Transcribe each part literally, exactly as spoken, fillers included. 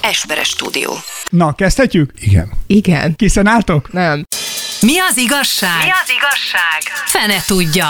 Esperes Stúdió. Na, kezdhetjük? Igen. Igen. Készen álltok? Nem. Mi az igazság? Mi az igazság? Fene tudja.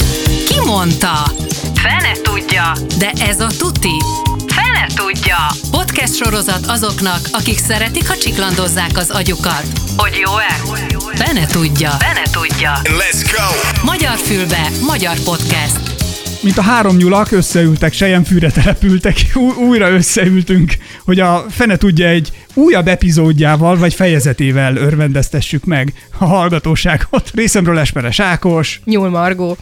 Ki mondta? Fene tudja. De ez a tuti. Fene tudja. Podcast sorozat azoknak, akik szeretik, ha csiklandozzák az agyukat. Hogy jó-e? Fene tudja. Fene tudja. Let's go! Magyar fülbe, magyar podcast. Mint a három nyulak összeültek, Selyemfűre települtek, ú- újra összeültünk, hogy a fene tudja egy újabb epizódjával vagy fejezetével örvendeztessük meg a hallgatóságot. Részemről Esperes Ákos. Nyúl Margó.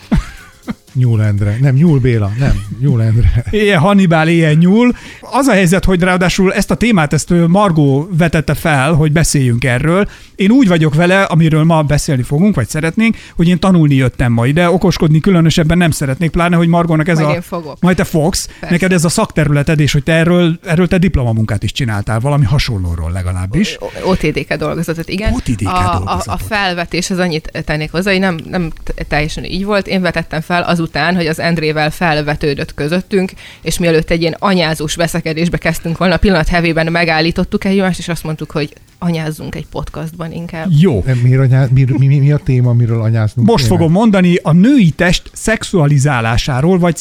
Nyúl Endre. Nem, Nyúl Béla. Nem, Nyúl Endre. Éjjel Hannibál, éjjel nyúl. Az a helyzet, hogy ráadásul ezt a témát, ezt Margó vetette fel, hogy beszéljünk erről. Én úgy vagyok vele, amiről ma beszélni fogunk, vagy szeretnénk, hogy én tanulni jöttem ma ide, okoskodni különösebben nem szeretnék, pláne, hogy Margónak ez Majd a... én fogok. Majd te fogsz. Persze. Neked ez a szakterületed, és hogy te erről, erről te diplomamunkát is csináltál, valami hasonlóról legalábbis. o té dé ká dolgozatot, igen. o té dé ká a, a, dolgozatot. a felvetés az annyit tennék hozzá, hogy nem, nem teljesen így volt. Én vetettem fel azután, hogy az Endrével felvetődött közöttünk, és mielőtt egy ilyen anyázós veszekedésbe kezdtünk volna, a pillanat hevében megállítottuk egymást, és azt mondtuk, hogy anyázzunk egy podcastban inkább. Jó. Miért anyá, mi, mi, mi, mi a téma, amiről anyáznunk? Most kéne? fogom mondani, a női test szexualizálásáról, vagy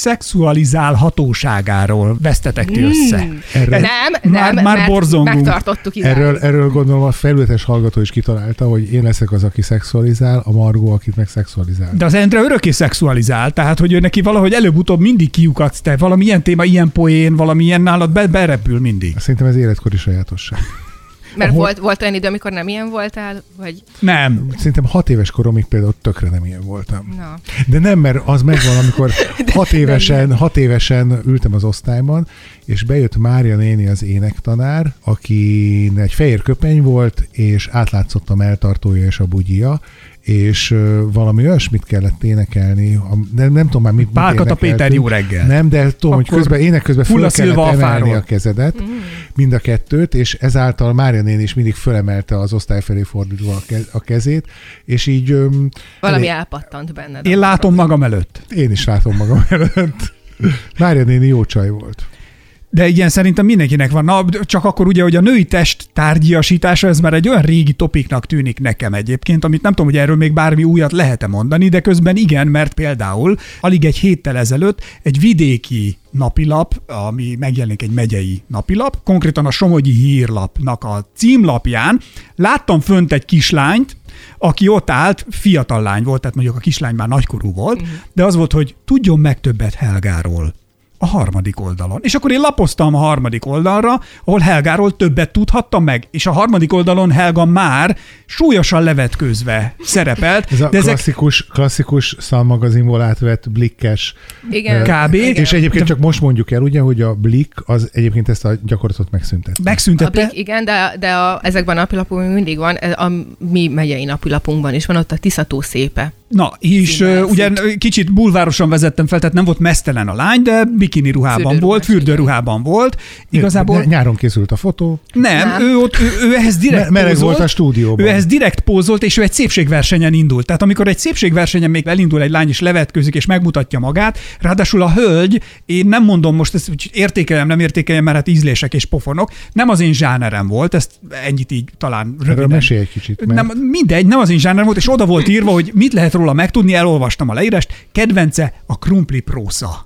szexualizálhatóságáról vesztetek ti össze. Erre, Nem, Már- nem, már mert borzongunk. megtartottuk idáig. erről, erről gondolom a felületes hallgató is kitalálta, hogy én leszek az, aki szexualizál, a Margó, akit meg szexualizál. De az Endre örökké szexualizál, tehát hogy ő neki valahogy előbb-utóbb mindig kiukadsz te, valami ilyen téma, ilyen poén, valami ilyen nálad be, berepül mindig. Szerintem ez életkori sajátosság. Mert Ahol- volt, volt olyan idő, amikor nem ilyen voltál, vagy... Nem. Szerintem hat éves koromig például tökre nem ilyen voltam. Na. De nem, mert az megvan, amikor hat évesen, hat évesen ültem az osztályban, és bejött Mária néni, az énektanár, aki egy fehér köpeny volt, és átlátszott a melltartója és a bugyija, és ö, valami olyasmit kellett énekelni, a, nem, nem tudom már mit, mit Pálkat a énekeltünk. Péter, jó reggel. Nem, de tudom, hogy Akkor közben ének közben Fulla föl kellett Szilva a emelni fáról. a kezedet, Mm. mind a kettőt, és ezáltal Mária néni is mindig fölemelte az osztály felé fordítva a ke- a kezét, és így... Öm, Valami elég- elpattant benned. Én látom magam előtt. Én is látom magam előtt. Mária néni jó csaj volt. De ilyen szerintem mindenkinek van. Na, csak akkor ugye, hogy a női test tárgyiasítása, ez már egy olyan régi topiknak tűnik nekem egyébként, amit nem tudom, hogy erről még bármi újat lehet-e mondani, de közben igen, mert például alig egy héttel ezelőtt egy vidéki napilap, ami megjelenik egy megyei napilap, konkrétan a Somogyi Hírlapnak a címlapján láttam fönt egy kislányt, aki ott állt, fiatal lány volt, tehát mondjuk a kislány már nagykorú volt, uh-huh. de az volt, hogy tudjon meg többet Helgáról. A harmadik oldalon. És akkor én lapoztam a harmadik oldalra, ahol Helgáról többet tudhattam meg, és a harmadik oldalon Helga már súlyosan levetkőzve szerepelt. Ez a de klasszikus, ezek... klasszikus szalmagazinból átvett blikkes. Igen. Kb. Igen. És egyébként csak most mondjuk el, ugye, hogy a blikk az egyébként ezt a gyakorlatot megszüntette. A megszüntette. Blik, igen, de, de a, ezekben a napilapokban mindig van, a mi megyei napilapunkban is van, ott a Tiszató szépe. Na, és Színben uh, ugye kicsit bulvárosan vezettem fel, tehát nem volt meztelen a lány, de bikini ruhában Fürdőruhás, volt, fürdőruhában volt. Igazából Ne- Nyáron készült a fotó. nem, Nem. ő, ott, ő, ő ehhez direkt Me- meleg pózolt, volt a stúdióban. Ő ehhez direkt pózolt, és ő egy szépségversenyen indult. Tehát amikor egy szépségversenyen még elindul egy lány, és levetkőzik, és megmutatja magát, ráadásul a hölgy, én nem mondom most, ezt úgy értékeljem, nem értékeljem, mert hát ízlések és pofonok, nem az én zsánerem volt, ezt ennyit így talán Erről röviden. mesélj egy kicsit. Mert... Nem, mindegy, nem az én zsánerem volt, és oda volt írva, hogy mit lehet róla megtudni, elolvastam a leírást, kedvence a krumpli prósza.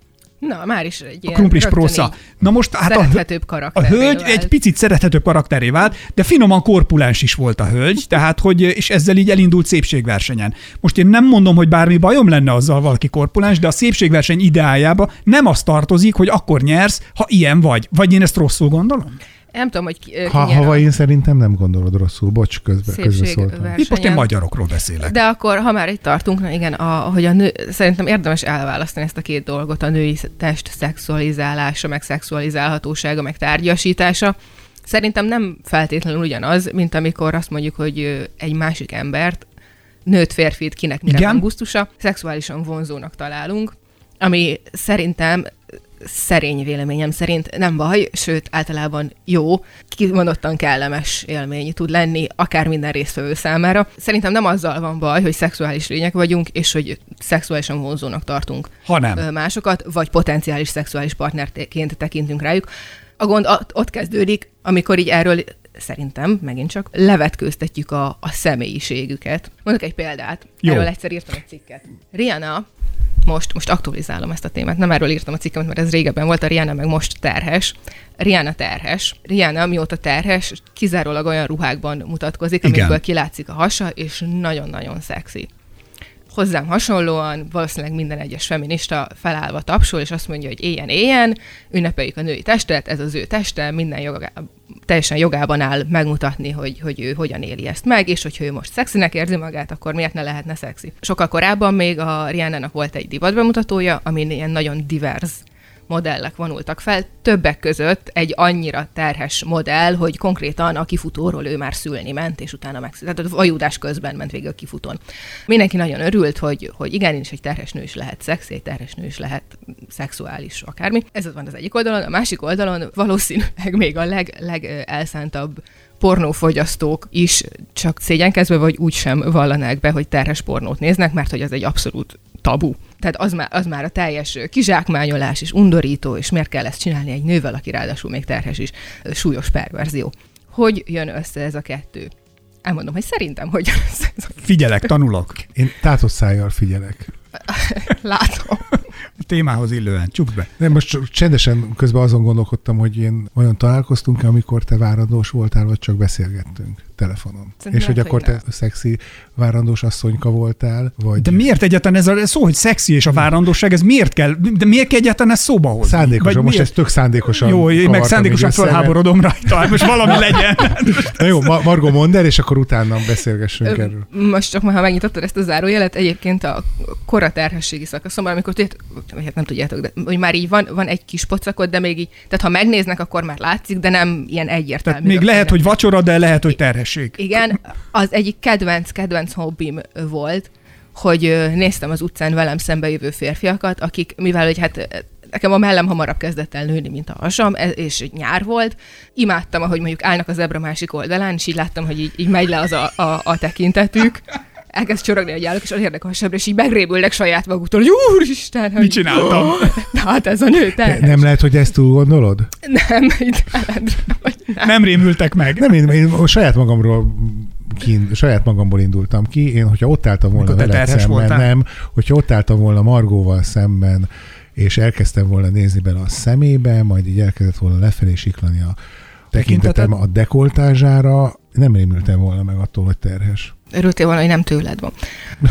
Na, már is egy A ilyen krumplis rögtön prósza. így Na most hát a, szerethetőbb a karakterré hölgy vált. egy picit szerethetőbb karakteré vált, de finoman korpulens is volt a hölgy, tehát hogy, és ezzel így elindult szépségversenyen. Most én nem mondom, hogy bármi bajom lenne azzal valaki korpulens, de a szépségverseny ideájába nem az tartozik, hogy akkor nyersz, ha ilyen vagy. Vagy én ezt rosszul gondolom? Nem tudom, hogy ki, ki Ha, nyer hava a én szerintem nem gondolod rosszul. Bocs, közbe, közbe szóltam. szépségversenyen. Itt most én magyarokról beszélek. De akkor, ha már itt tartunk, na igen, a, hogy a nő, szerintem érdemes elválasztani ezt a két dolgot, a női test szexualizálása, meg szexualizálhatósága, meg tárgyasítása. Szerintem nem feltétlenül ugyanaz, mint amikor azt mondjuk, hogy ö, egy másik embert, nőt, férfit, kinek mire Igen. van gusztusa, szexuálisan vonzónak találunk, ami szerintem szerény véleményem szerint nem baj, sőt általában jó, kimondottan kellemes élmény tud lenni, akár minden résztvevő számára. Szerintem nem azzal van baj, hogy szexuális lények vagyunk, és hogy szexuálisan vonzónak tartunk Ha nem. ö, másokat, vagy potenciális szexuális partnerként tekintünk rájuk. A gond ott kezdődik, amikor így erről szerintem megint csak levetkőztetjük a, a személyiségüket. Mondok egy példát. Jó. Erről egyszer írtam egy cikket. Rihanna, most, most aktualizálom ezt a témát, nem erről írtam a cikkemet, mert ez régebben volt, a Rihanna meg most terhes. Rihanna terhes. Rihanna mióta terhes, kizárólag olyan ruhákban mutatkozik, amikből kilátszik a hasa, és nagyon-nagyon szexi. Hozzám hasonlóan valószínűleg minden egyes feminista felállva tapsol, és azt mondja, hogy éljen, éljen, ünnepeljük a női testet, ez az ő teste, minden jogá, teljesen jogában áll megmutatni, hogy, hogy ő hogyan éli ezt meg, és hogyha ő most szexinek érzi magát, akkor miért ne lehetne szexi. Sokkal korábban még a Rihannának volt egy divatbemutatója, amin ilyen nagyon divers modellek vonultak fel, többek között egy annyira terhes modell, hogy konkrétan a kifutóról ő már szülni ment, és utána megszült. Tehát a vajúdás közben ment végül a kifutón. Mindenki nagyon örült, hogy, hogy igenis egy terhes nő is lehet szexi, egy terhes nő is lehet szexuális, akármi. Ez ott van az egyik oldalon, a másik oldalon valószínűleg még a leg, legelszántabb pornófogyasztók is csak szégyenkezve, vagy úgysem vallanák be, hogy terhes pornót néznek, mert hogy az egy abszolút tabu. Tehát az már, az már a teljes kizsákmányolás és undorító, és miért kell ezt csinálni egy nővel, aki ráadásul még terhes is, súlyos perverzió. Hogy jön össze ez a kettő? Elmondom, hogy szerintem hogy jön össze ez a kettő. Figyelek, tanulok. Én tátott szájjal figyelek. Látom. A témához illően, csukd be. Nem, most csendesen közben azon gondolkodtam, hogy én olyan találkoztunk, amikor te várandós voltál, vagy csak beszélgettünk telefonon. Szerintem és hogy akkor te szexi várandós asszonyka voltál, vagy... De miért egyáltalán ez a szó, hogy szexi és a várandóság, ez miért kell, de miért kell egyáltalán ezt szóba hozni? Szándékosan, most ez tök szándékosan. Jó, én meg szándékosan fölháborodom rajta, most valami legyen. Na jó, Margó, mondd el, és akkor utána beszélgessünk Ö, erről. Most csak már, ha megnyitottad ezt a zárójelet, egyébként a kora terhességi szakaszomban, amikor tudjátok, hát nem tudjátok, de hogy már így van, van egy kis pocakod, de még így, tehát ha megnéznek, akkor már látszik, de nem ilyen egyértelmű. Tehát még lehet, hogy vacsora, de lehet, hogy terhesség. Igen, az egyik kedvenc, kedvenc hobbim volt, hogy néztem az utcán velem szembe jövő férfiakat, akik, mivel hogy hát nekem a mellem hamarabb kezdett el nőni, mint a hasam, és nyár volt, imádtam, ahogy mondjuk állnak az zebra másik oldalán, és így láttam, hogy így, így megy le az a, a, a tekintetük, elkezd csorogni, hogy állok, és érnek a hasamra, és így megrémülnek saját maguktól, hogy úristen, hogy... Mit csináltam? Oh, de hát ez a nő terhes. Nem lehet, hogy ezt túl gondolod? Nem, hogy nem. Nem rémültek meg. Nem, én, én saját magamról Kin, saját magamból indultam ki. Én, hogyha ott álltam volna veled szemben, voltál? nem, hogyha ott álltam volna Margóval szemben, és elkezdtem volna nézni bele a szemébe, majd így elkezdett volna lefelé siklani a tekintetem a dekoltázsára, nem rémültem volna meg attól, hogy terhes. Örültél volna, hogy nem tőled van.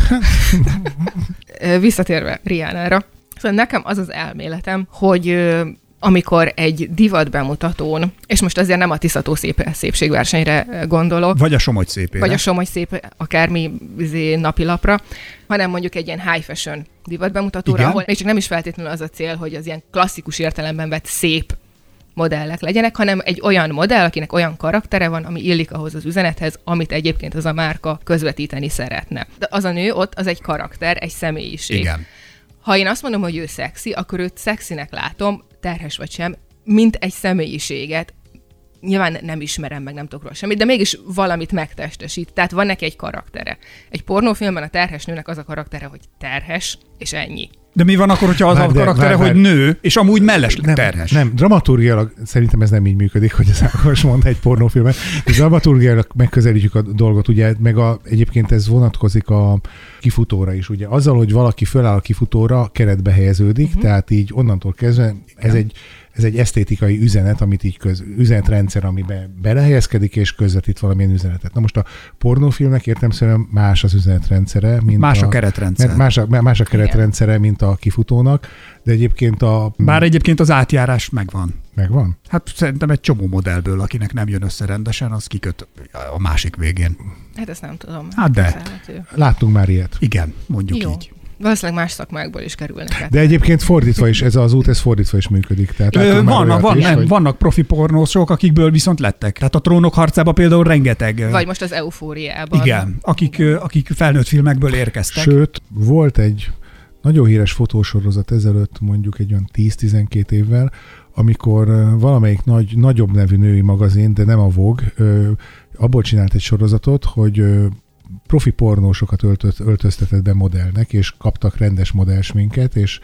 Visszatérve Rihannára. Szóval nekem az az elméletem, hogy amikor egy divat bemutatón, és most azért nem a Tiszató szép, szépségversenyre gondolok. Vagy a Somogy szépére. Vagy a Somogy szép akármi napilapra, hanem mondjuk egy ilyen high fashion divat bemutatóra, ahol még csak nem is feltétlenül az a cél, hogy az ilyen klasszikus értelemben vett szép modellek legyenek, hanem egy olyan modell, akinek olyan karaktere van, ami illik ahhoz az üzenethez, amit egyébként az a márka közvetíteni szeretne. De az a nő ott, az egy karakter, egy személyiség. Igen. Ha én azt mondom, hogy ő szexi, akkor őt szexinek látom, terhes vagy sem, mint egy személyiséget. Nyilván nem ismerem meg, nem tudok róla semmit, de mégis valamit megtestesít. Tehát van neki egy karaktere. Egy pornófilmben a terhes nőnek az a karaktere, hogy terhes, és ennyi. De mi van akkor, hogyha az vár, a karaktere, vár, vár. hogy nő, és amúgy mellesleg nem, terhes? Nem, dramaturgiailag szerintem ez nem így működik, hogy az Ákos mond egy pornófilmet. Dramaturgiailag megközelítjük a dolgot, ugye, meg a, egyébként ez vonatkozik a kifutóra is, ugye. Azzal, hogy valaki föláll a kifutóra, keretbe helyeződik, uh-huh. tehát így onnantól kezdve ez egy Ez egy esztétikai üzenet, amit így köz, üzenetrendszer, amiben belehelyezkedik és közvetít valamilyen üzenetet. Na most a pornófilmnek értelemszerűen más az üzenetrendszere, mint más a, a keretrendszer. Más a, más a keretrendszere, mint a kifutónak, de egyébként a... Bár egyébként az átjárás megvan. Megvan? Hát szerintem egy csomó modellből, akinek nem jön össze rendesen, az kiköt a másik végén. Hát ezt nem tudom. Hát de. Láttunk már ilyet. Igen, mondjuk Jó. így. Valószínűleg más szakmákból is kerülnek át. De egyébként fordítva is, ez az út, ez fordítva is működik. Tehát Ö, vannak, van, is, nem, hogy... vannak profi pornósok, akikből viszont lettek. Tehát a Trónok harcában például rengeteg. Vagy most az Eufóriában. Igen, akik, akik felnőtt filmekből érkeztek. Sőt, volt egy nagyon híres fotósorozat ezelőtt, mondjuk egy olyan tíz-tizenkét évvel, amikor valamelyik nagy, nagyobb nevű női magazin, de nem a Vogue, abból csinált egy sorozatot, hogy profi pornósokat öltöz, öltöztetett be modellnek, és kaptak rendes modellsminket, és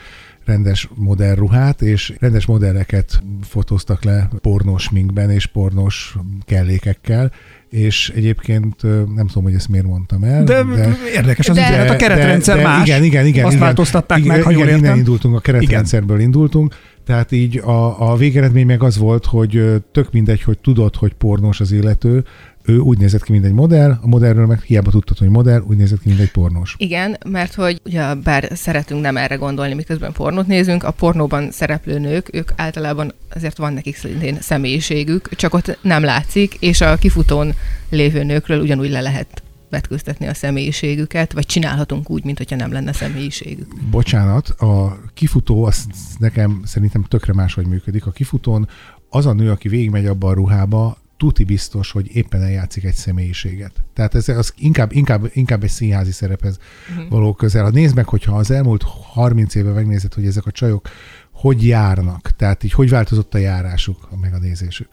rendes modern ruhát, és rendes modelleket fotóztak le pornós minkben és pornós kellékekkel, és egyébként nem tudom, hogy ezt miért mondtam el. De, de érdekes az üzenet, a keretrendszer de, de, más. Igen, igen, igen. Azt igen, változtatták igen, meg, ha jól igen, értem. innen indultunk, a keretrendszerből igen. indultunk, tehát így a, a végeredmény meg az volt, hogy tök mindegy, hogy tudod, hogy pornós az illető, ő úgy nézett ki, mint egy modell, a modellről meg hiába tudtad, hogy modell, úgy nézett ki, mint egy pornós. Igen, mert hogy ugye, bár szeretünk nem erre gondolni, miközben pornót nézünk, a pornóban szereplő nők, ők általában azért van nekik szintén személyiségük, csak ott nem látszik, és a kifutón lévő nőkről ugyanúgy le lehet vetköztetni a személyiségüket, vagy csinálhatunk úgy, mint hogyha nem lenne személyiségük. Bocsánat, a kifutó, az nekem szerintem tökre máshogy működik. A kifutón az a nő, aki végigmegy abba a ruhába, tuti biztos, hogy éppen eljátszik egy személyiséget. Tehát ez az inkább, inkább, inkább egy színházi szerephez uh-huh. való közel. Nézd meg, hogyha az elmúlt harminc évben megnézed, hogy ezek a csajok hogy járnak, tehát így hogy változott a járásuk, meg a nézésük.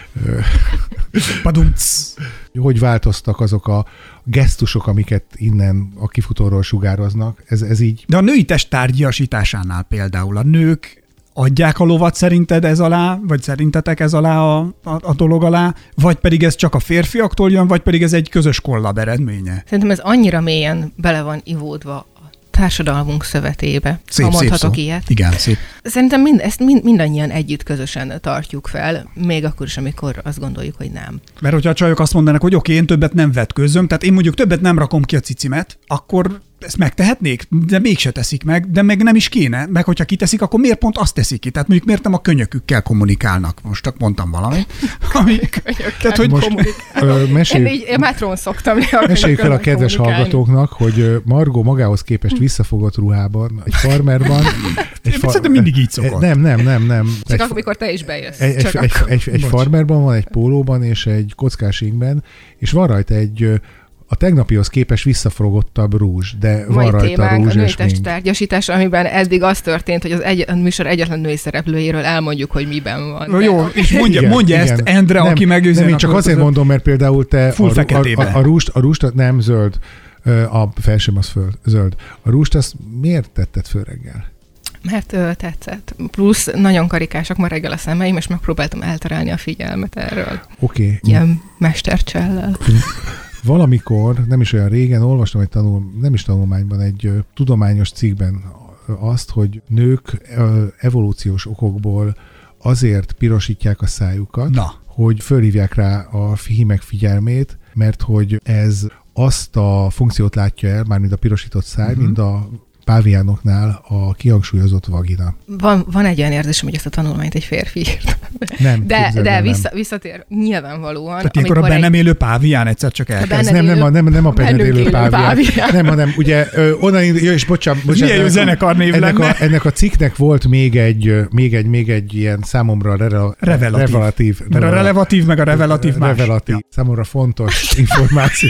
Padumc. Hogy változtak azok a gesztusok, amiket innen a kifutóról sugároznak. Ez, ez így... De a női test tárgyasításánál például a nők adják a lovat szerinted ez alá, vagy szerintetek ez alá a, a, a dolog alá, vagy pedig ez csak a férfiaktól jön, vagy pedig ez egy közös kollab eredménye? Szerintem ez annyira mélyen bele van ivódva a társadalmunk szövetébe, szép, ha mondhatok szép ilyet. Igen, szép. Szerintem mind, ezt mind, mindannyian együtt közösen tartjuk fel, még akkor is, amikor azt gondoljuk, hogy nem. Mert hogyha a csajok azt mondanak, hogy oké, okay, én többet nem vetkőzöm, tehát én mondjuk többet nem rakom ki a cicimet, akkor ezt megtehetnék, de mégse teszik meg, de meg nem is kéne, meg hogyha kiteszik, akkor miért pont azt teszik ki? Tehát mondjuk miért nem a könyökükkel kommunikálnak? Most csak mondtam valamit. Ami, tehát, hogy most ö, mesélj, én, így, én mátron szoktam. Meséljük fel a kedves hallgatóknak, hogy Margó magához képest visszafogott ruhában, egy farmerban. Egy far... Szerintem mindig így szokott. Nem, nem, nem, nem. Csak egy, akkor, amikor te is bejössz. Egy, egy, egy, egy, egy farmerban van, egy pólóban és egy kockás ingben, és van rajta egy a tegnapihoz képest visszafrogottabb rúzs, de mai van rajta témánk rúzs a női és még. tárgyasítás, amiben eddig az történt, hogy az egy, a műsor egyetlen női szereplőjéről elmondjuk, hogy miben van. De... Jó, és mondja, igen, mondja igen. ezt Endre, nem, aki megőzően. Nem, én csak azért mondom, mert például te full a, a, a, a, rúst, a rúst nem zöld, a felsőm az föl, zöld. A rúst azt miért tetted föl reggel? Mert ö, tetszett. Plusz nagyon karikásak ma reggel a szemeim, és megpróbáltam elterelni a figyelmet erről. Oké. Okay. Ilyen mestercsellel. Valamikor, nem is olyan régen olvastam egy tanul, nem is tanulmányban, egy ö, tudományos cikkben azt, hogy nők ö, evolúciós okokból azért pirosítják a szájukat, Na. hogy fölhívják rá a hímek figyelmét, mert hogy ez azt a funkciót látja el, mármint a pirosított száj, uh-huh. mint a páviánoknál a kihangsúlyozott vagina. Van, van egy olyan érzésem, hogy ezt a tanulmányt egy férfi írt. Nem, de de nem. Vissza, visszatér nyilvánvalóan. Tehát ilyenkor a bennem élő pávián egyszer csak elkezd. Nem, nem, a, nem, nem a benned élő, élő pávián. pávián. Nem, hanem ugye ö, onnan indul, jó, és bocsánat. bocsánat milyen jó zenekarnév ennek lenne. A, ennek a cikknek volt még egy, még egy, még egy ilyen számomra rele, revelatív. revelatív. Mert a relevatív meg a revelatív más. Revelatív. Ja. Számomra fontos információ.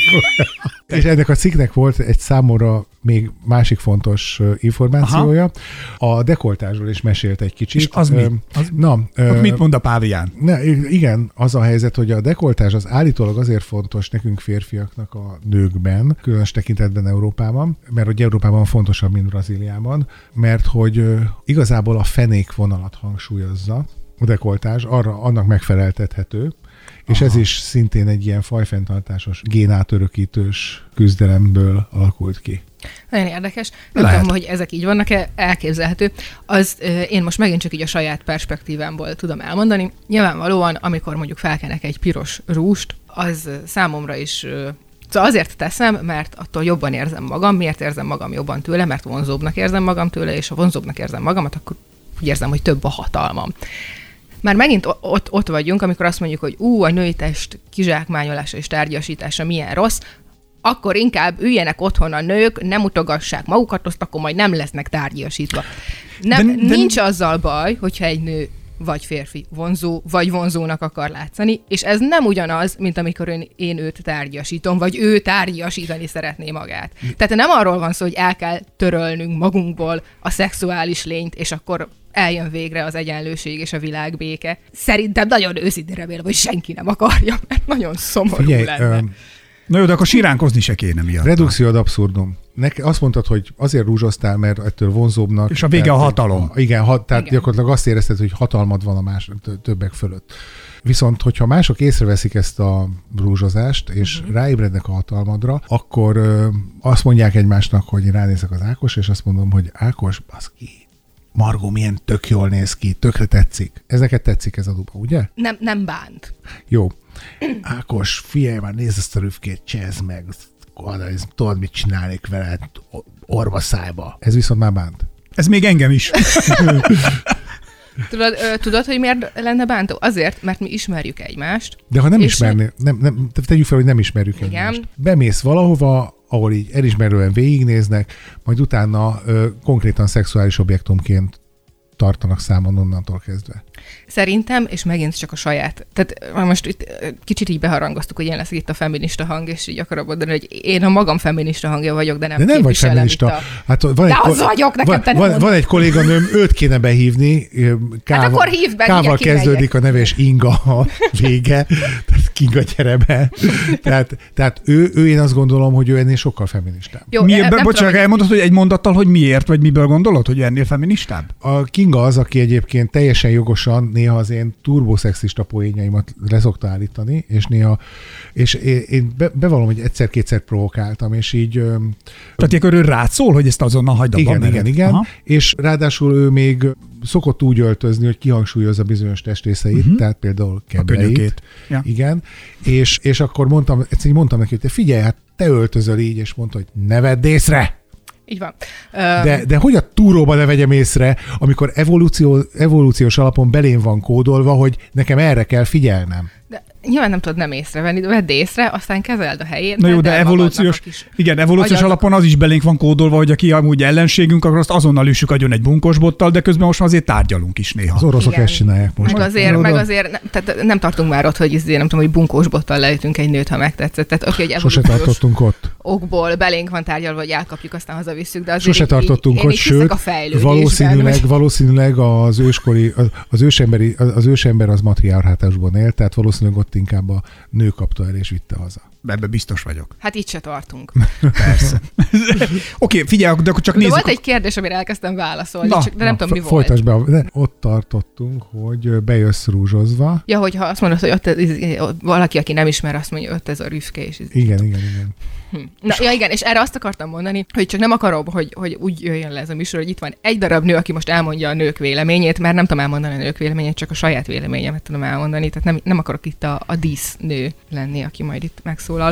És ennek a cikknek volt egy számomra még másik fontos információja. Aha. A dekoltásról is mesélt egy kicsit. És az mi? Az, Na, ö, mit mond a pávián? Ne, igen, az a helyzet, hogy a dekoltás az állítólag azért fontos nekünk férfiaknak a nőkben, különös tekintetben Európában, mert hogy Európában fontosabb, mint Brazíliában, mert hogy igazából a fenékvonalat hangsúlyozza, a dekoltás, arra, annak megfeleltethető, és Aha. ez is szintén egy ilyen fajfenntartásos, génátörökítős küzdelemből alakult ki. Nagyon érdekes. Nem Lehet. tudom, hogy ezek így vannak-e, elképzelhető. Az én most megint csak így a saját perspektívámból tudom elmondani. Nyilvánvalóan, amikor mondjuk felkenek egy piros rúst, az számomra is... Szóval azért teszem, mert attól jobban érzem magam. Miért érzem magam jobban tőle? Mert vonzóbbnak érzem magam tőle, és ha vonzóbbnak érzem magamat, akkor úgy érzem, hogy több a hatalmam. Már megint ott, ott vagyunk, amikor azt mondjuk, hogy ú, a női test kizsákmányolása és tárgyasítása milyen rossz, akkor inkább üljenek otthon a nők, nem mutogassák magukat, azt akkor majd nem lesznek tárgyasítva. Nem, de, de... Nincs azzal baj, hogyha egy nő vagy férfi vonzó, vagy vonzónak akar látszani, és ez nem ugyanaz, mint amikor én, én őt tárgyasítom, vagy ő tárgyasítani szeretné magát. Tehát nem arról van szó, hogy el kell törölnünk magunkból a szexuális lényt, és akkor eljön végre az egyenlőség és a világbéke. Szerintem nagyon őszintén remélem, hogy senki nem akarja, mert nagyon szomorú Figyelj, lenne. Ö, Na jó, de akkor siránkozni se kéne miatt. Redukció ad abszurdum. Nek, azt mondtad, hogy azért rúzsoztál, mert ettől vonzóbbnak. És a vége tehát, a hatalom. Igen, ha, tehát igen. gyakorlatilag azt érezted, hogy hatalmad van a más, többek fölött. Viszont, hogyha mások észreveszik ezt a rúzsozást, és uh-huh. ráébrednek a hatalmadra, akkor ö, azt mondják egymásnak, hogy én ránézek az Ákos, és azt mondom, hogy Ákos, baszki, Margó milyen tök jól néz ki, tökre tetszik. Ez neked tetszik ez a duba, ugye? Nem, nem bánt. Jó. Ákos, figyelj már, nézd ezt a rüfkét, csezd meg, tudod, mit csinálnék veled, orva szájba. Ez viszont már bánt. Ez még engem is. Tudod, ö, tudod, hogy miért lenne bántó? Azért, mert mi ismerjük egymást. De ha nem és ismernél, nem, nem, tegyük fel, hogy nem ismerjük igen. egymást. Bemész valahova, ahol így elismerően végignéznek, majd utána ö, konkrétan szexuális objektumként tartanak számon onnantól kezdve. Szerintem, és megint csak a saját. Tehát most itt kicsit így beharangoztuk, hogy én leszek itt a feminista hang, és így akarok mondani, hogy én a magam feminista hangja vagyok, de nem De nem vagy képviselem feminista. itt a... Hát van De egy az vagyok, nekem van, te nem van, mondod. van egy kolléganőm, őt kéne behívni. Kával, Hát akkor hívd be, Kával mindjárt kezdődik kimegyek. a neve, és Inga a vége. Tehát Kinga, gyere be. Tehát, tehát ő, ő, én azt gondolom, hogy ő ennél sokkal feministább. Jó, Miért, nem be, tudom, bocsánat, hogy- elmondod, hogy egy mondattal, hogy miért, vagy miből gondolod, hogy ennél feministább? A Kinga az, aki egyébként teljesen jogosan néha az én turboszexista poénjaimat le szokta állítani, és néha, és én, én be, bevallom, hogy egyszer-kétszer provokáltam, és így... öm, Tehát akkor ő rád szól, hogy ezt azonnal hagyd abba, igen, mered? igen, igen, Aha. és ráadásul ő még szokott úgy öltözni, hogy kihangsúlyozza bizonyos testrészeit, Uh-huh. tehát például A kebleit. könyökét. Ja. Igen, és, és akkor mondtam, egyszerűen mondtam neki, hogy te figyelj, hát te öltözöl így, és mondta, hogy ne vedd észre! Így van. De, de hogy a túróba ne vegyem észre, amikor evolúció, evolúciós alapon belém van kódolva, hogy nekem erre kell figyelnem. De nyilván nem tudod nem észrevenni, de vedd észre, aztán kezeld a helyén. Na jó, vedd de el evolúciós, magadnak a kis- igen, evolúciós agyadnak- alapon az is belénk van kódolva, hogy aki amúgy ellenségünk, akkor azt azonnal üssük agyon egy bunkosbottal, de közben most már azért tárgyalunk is néha. Az oroszok Igen. ezt csinálják most. Meg azért, Oda- meg azért nem, tehát nem tartunk már ott, hogy izé, nem tudom, hogy bunkós bottal leütünk egy nőt, ha megtetszett. Tehát oké, hogy Sose evolúciós tartottunk ott. okból belénk van tárgyalva, hogy elkapjuk, aztán hazavisszük, de azért Sose így- tartottunk így, ott, én így hiszek sőt, a fejlődésben, valószínűleg, hogy- valószínűleg az őskori, az, az, ősemberi, az ősember az matriarhátusban élt, tehát valószínűleg ott inkább a nő kapta el és vitte haza. Ebben biztos vagyok. Hát itt se tartunk. Persze. Oké, figyelj, de akkor csak De nézzük. volt egy kérdés, amire elkezdtem válaszolni, Na, csak, de nem Na, tudom, mi f- volt. Folytasd be. De ott tartottunk, hogy bejössz rúzsozva. Ja, hogyha azt mondod, hogy ott, ez- ott valaki, aki nem ismer, azt mondja, ott ez a rüfke, és ez... Igen, igen, igen. Hm. Na, ja, igen, és erre azt akartam mondani, hogy csak nem akarom, hogy, hogy úgy jöjjön le ez a műsor, hogy itt van egy darab nő, aki most elmondja a nők véleményét, mert nem tudom elmondani a nők véleményét, csak a saját véleményemet tudom elmondani, tehát nem, nem akarok itt a, a dísznő lenni, aki majd itt megszólal.